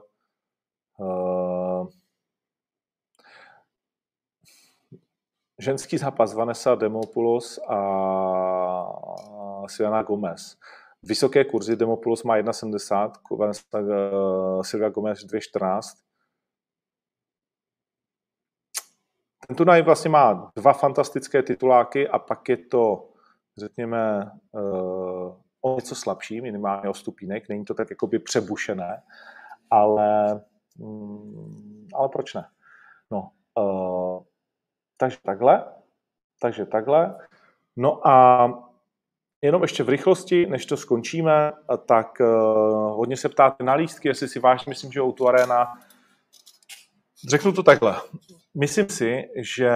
C: Ženský zápas Vanessa Demopoulos a Silvana Gomez. Vysoké kurzy, Demopoulos má 1,70, Silvia Gomez 2,14. Ten turnaj vlastně má dva fantastické tituláky a pak je to, řekněme, o něco slabší, minimálně o stupínek. Není to tak jakoby přebušené, ale proč ne? No, takže takhle. No a jenom ještě v rychlosti, než to skončíme, tak hodně se ptáte na lístky, jestli si vážně myslím, že O2 Arena. Řeknu to takhle. Myslím si, že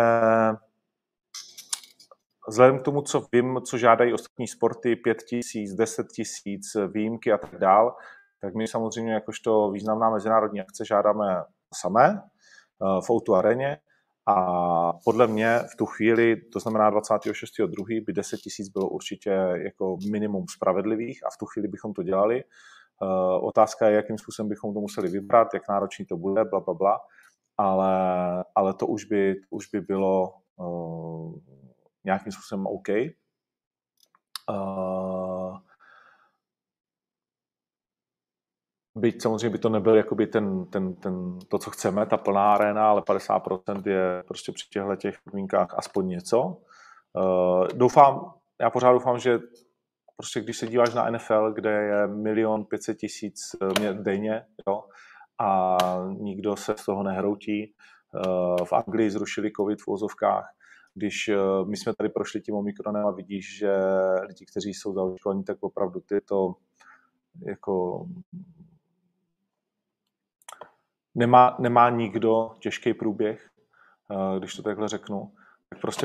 C: vzhledem k tomu, co vím, co žádají ostatní sporty, 5 000, 10 000, výjimky a tak dál, tak my samozřejmě jakožto významná mezinárodní akce žádáme samé v O2 Areně A podle mě v tu chvíli, to znamená 26.2., by 10 000 bylo určitě jako minimum spravedlivých a v tu chvíli bychom to dělali. Otázka je, jakým způsobem bychom to museli vybrat, jak náročný to bude, blablabla, ale to už by bylo nějakým způsobem OK. Byť samozřejmě by to nebyl jakoby to, co chceme, ta plná aréna, ale 50% je prostě při těch podmínkách aspoň něco. Já pořád doufám, že prostě když se díváš na NFL, kde je 1 500 000 denně, jo, a nikdo se z toho nehroutí. V Anglii zrušili covid v uvozovkách. Když my jsme tady prošli tím omikronem a vidíš, že lidi, kteří jsou zaočkovaní, tak opravdu ty to jako nemá nikdo těžký průběh, když to takhle řeknu. Tak prostě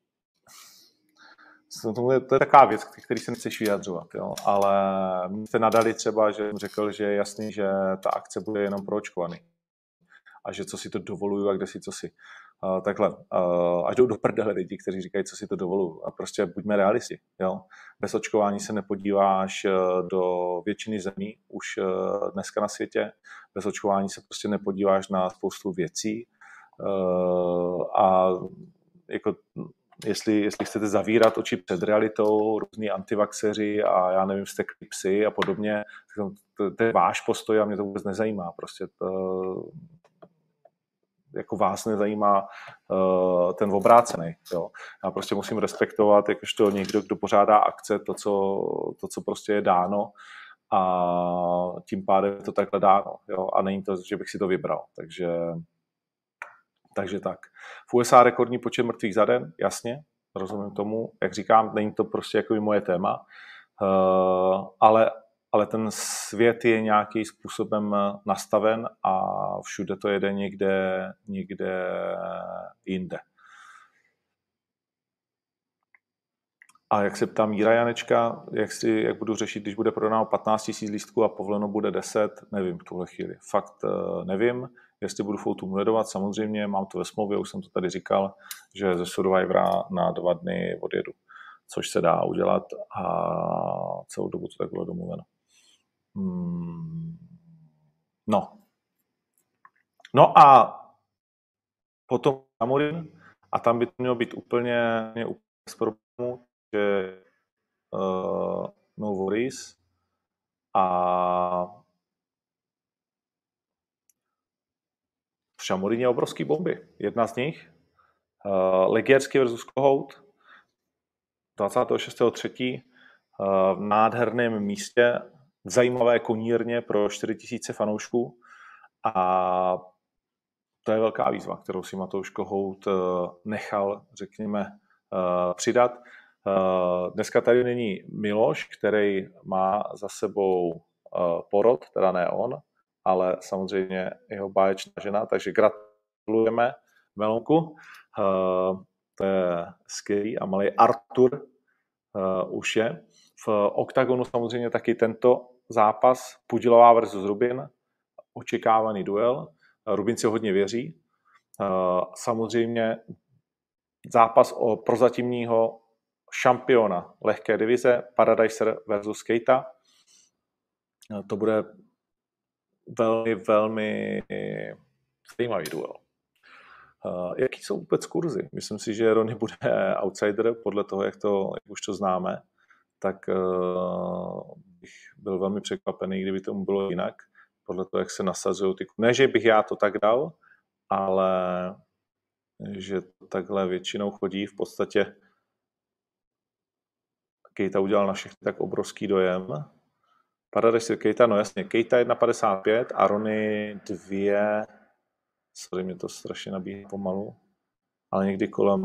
C: to je taková věc, který se nechceš vyjadřovat, jo? Ale my jste nadali třeba, že jsem řekl, že je jasný, že ta akce bude jenom pro očkovaný. A že co si to dovoluju a kde si co si. Takhle. Až jdou do prdele lidi, kteří říkají, co si to dovoluju. A prostě buďme realisti. Jo? Bez očkování se nepodíváš do většiny zemí už dneska na světě. Bez očkování se prostě nepodíváš na spoustu věcí. A jako jestli chcete zavírat oči před realitou, různí antivaxeři a já nevím, steklí psy a podobně, to je váš postoj a mě to vůbec nezajímá. Prostě jako vás nezajímá ten obrácený. Jo. Já prostě musím respektovat jakožto někdo, kdo pořádá akce, to, co prostě je dáno a tím pádem je to takhle dáno. Jo. A není to, že bych si to vybral. Takže tak. V USA rekordní počet mrtvých za den, jasně, rozumím tomu. Jak říkám, není to prostě jako moje téma, ale ten svět je nějakým způsobem nastaven a všude to jede někde jinde. A jak se ptá Míra Janečka, jak budu řešit, když bude prodáno 15 000 lístků a povoleno bude 10, nevím v tuhle chvíli. Fakt nevím, jestli budu Foutu muledovat, samozřejmě mám to ve smlouvě, už jsem to tady říkal, že ze Survivora na 2 dny odjedu, což se dá udělat a celou dobu to tak bylo domluveno. No a potom Šamorín a tam by to mělo být úplně z problému, že no worries a v Šamoríně je obrovský bomby. Jedna z nich, Legierský versus Kohout, 26.3. V nádherném místě, v zajímavé konírně pro 4 000 fanoušků a to je velká výzva, kterou si Matouš Kohout nechal, řekněme, přidat. Dneska tady není Miloš, který má za sebou porod, teda ne on, ale samozřejmě jeho báječná žena, takže gratulujeme Melonku. To je skvělý a malý Artur už je. V oktagonu samozřejmě taky tento zápas Pudilová versus Rubin, očekávaný duel. Rubin si hodně věří. Samozřejmě zápas o prozatímního šampiona lehké divize Paradiser versus Keita. To bude velmi, velmi zajímavý duel. Jaký jsou vůbec kurzy? Myslím si, že Ronny bude outsider podle toho, jak už to známe, tak bych byl velmi překvapený, kdyby tomu bylo jinak, podle toho, jak se nasazují ty. Ne, že bych já to tak dal, ale že takhle většinou chodí. V podstatě Keita udělal na všechny tak obrovský dojem. Paradise Keita, no jasně, Keita 1,55 a Ronny 2, sorry, mě to strašně nabíhá pomalu, ale někdy kolem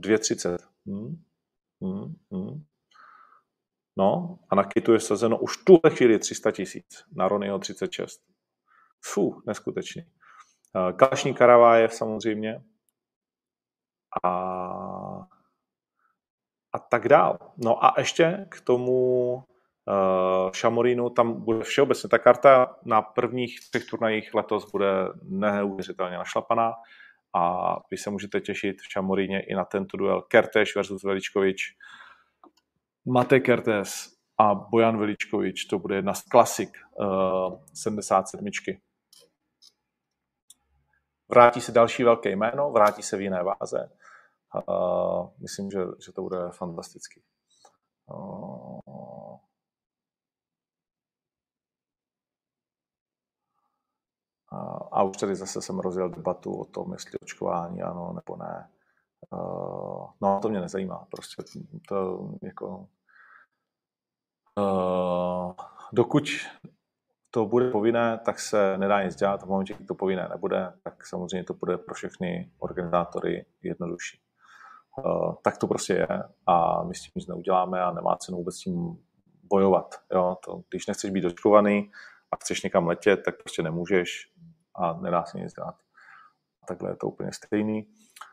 C: 2,30. No a na Keitu je sazeno už tuhle chvíli 300 000, na Ronnyho 36. Neskutečný. Kalašní Karavájev samozřejmě a tak dál. No a ještě k tomu Šamorínu, tam bude všeobecně. Ta karta na prvních 3 turnajích letos bude neuvěřitelně našlapaná a vy se můžete těšit v Šamoríně i na tento duel Kertéš versus Veličkovič. Matej Kertész a Bojan Veličkovič, to bude jedna z klasik 77. Vrátí se další velké jméno, vrátí se v jiné váze. Myslím, že to bude fantastický. A už tady zase jsem rozjel debatu o tom, jestli očkování ano nebo ne. No, to mě nezajímá. Prostě to jako... dokud to bude povinné, tak se nedá nic dělat. V momentě, kdy to povinné nebude, tak samozřejmě to bude pro všechny organizátory jednodušší. Tak to prostě je a my s tím nic neuděláme a nemá cenu vůbec s tím bojovat. Jo? To, když nechceš být očkovaný a chceš někam letět, tak prostě nemůžeš a nedá se nic dělat. Takhle je to úplně stejný.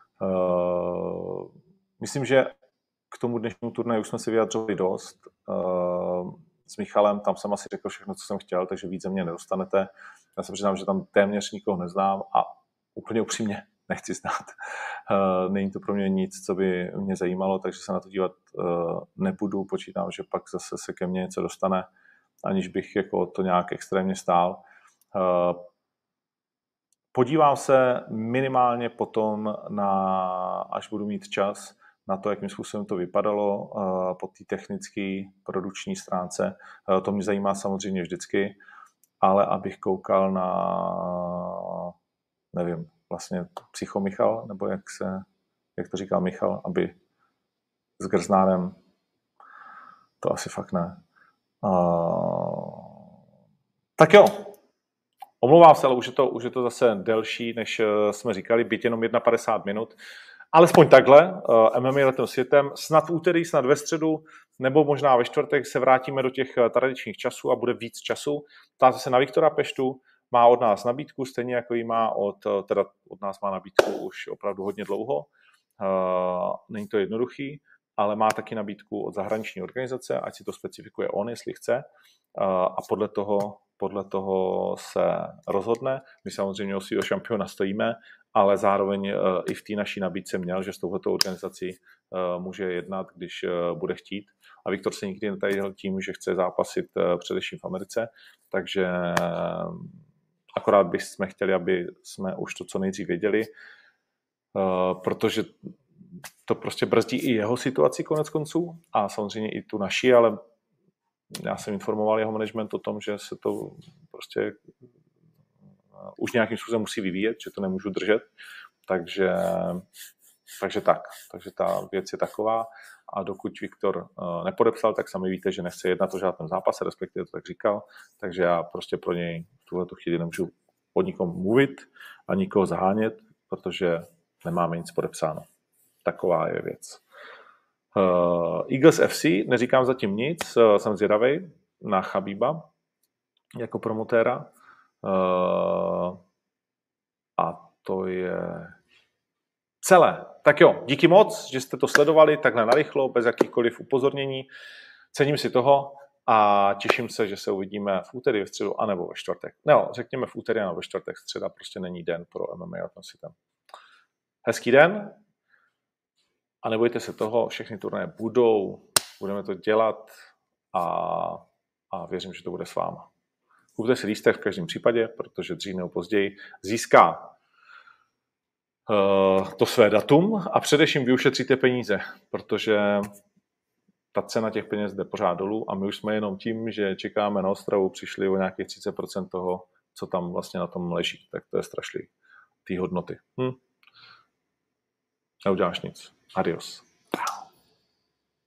C: Myslím, že k tomu dnešnímu turnaji už jsme si vyjadřovali dost. S Michalem, tam jsem asi řekl všechno, co jsem chtěl, takže víc ze mě nedostanete. Já se přiznám, že tam téměř nikoho neznám a úplně upřímně nechci znát. Není to pro mě nic, co by mě zajímalo, takže se na to dívat nebudu. Počítám, že pak zase se ke mně něco dostane, aniž bych jako to nějak extrémně stál. Podívám se minimálně potom, až budu mít čas, na to, jakým způsobem to vypadalo po té technické produkční stránce. To mě zajímá samozřejmě vždycky, ale abych koukal na, nevím, vlastně Psychomichal, nebo jak to říkal Michal, aby s Grznárem, to asi fakt ne. Tak jo, omlouvám se, ale už je to zase delší, než jsme říkali, byť jenom 51 minut. Alespoň takhle, MMA letem světem, snad v úterý, snad ve středu, nebo možná ve čtvrtek se vrátíme do těch tradičních časů a bude víc času. Ptáte se na Viktora Peštu, má od nás nabídku, stejně jako ji má od nás má nabídku už opravdu hodně dlouho. Není to jednoduchý, ale má taky nabídku od zahraniční organizace, ať si to specifikuje on, jestli chce. A podle toho se rozhodne. My samozřejmě o svého šampiona stojíme, ale zároveň i v té naší nabídce měl, že s touhletou organizací může jednat, když bude chtít. A Viktor se nikdy netajil tím, že chce zápasit především v Americe, takže akorát bychom chtěli, aby jsme už to co nejdřív věděli, protože to prostě brzdí i jeho situaci konec konců a samozřejmě i tu naši, ale já jsem informoval jeho management o tom, že se to prostě už nějakým způsobem musí vyvíjet, že to nemůžu držet, takže ta věc je taková a dokud Viktor nepodepsal, tak sami víte, že nechce jednat o žádném zápase, respektive to tak říkal, takže já prostě pro něj v tuhletu chvíli nemůžu od nikomu mluvit a nikoho zahánět, protože nemáme nic podepsáno. Taková je věc. Eagles FC, neříkám zatím nic, jsem zvědavej na Chabíba jako promotéra a to je celé. Tak jo, díky moc, že jste to sledovali takhle narychlo, bez jakýchkoliv upozornění. Cením si toho a těším se, že se uvidíme v úterý, ve středu, anebo ve čtvrtek. No, řekněme v úterý nebo ve čtvrtek, středa prostě není den pro MMA letem světem. Hezký den a nebojte se toho, všechny turnaje budeme to dělat a věřím, že to bude s váma. Kupte si lístek v každém případě, protože dřív nebo později získá to své datum a především vy ušetříte peníze, protože ta cena těch peněz jde pořád dolů a my už jsme jenom tím, že čekáme na Ostravu, přišli o nějakých 30% toho, co tam vlastně na tom leží. Tak to je strašlivý, ty hodnoty. Neuděláš nic. Adios.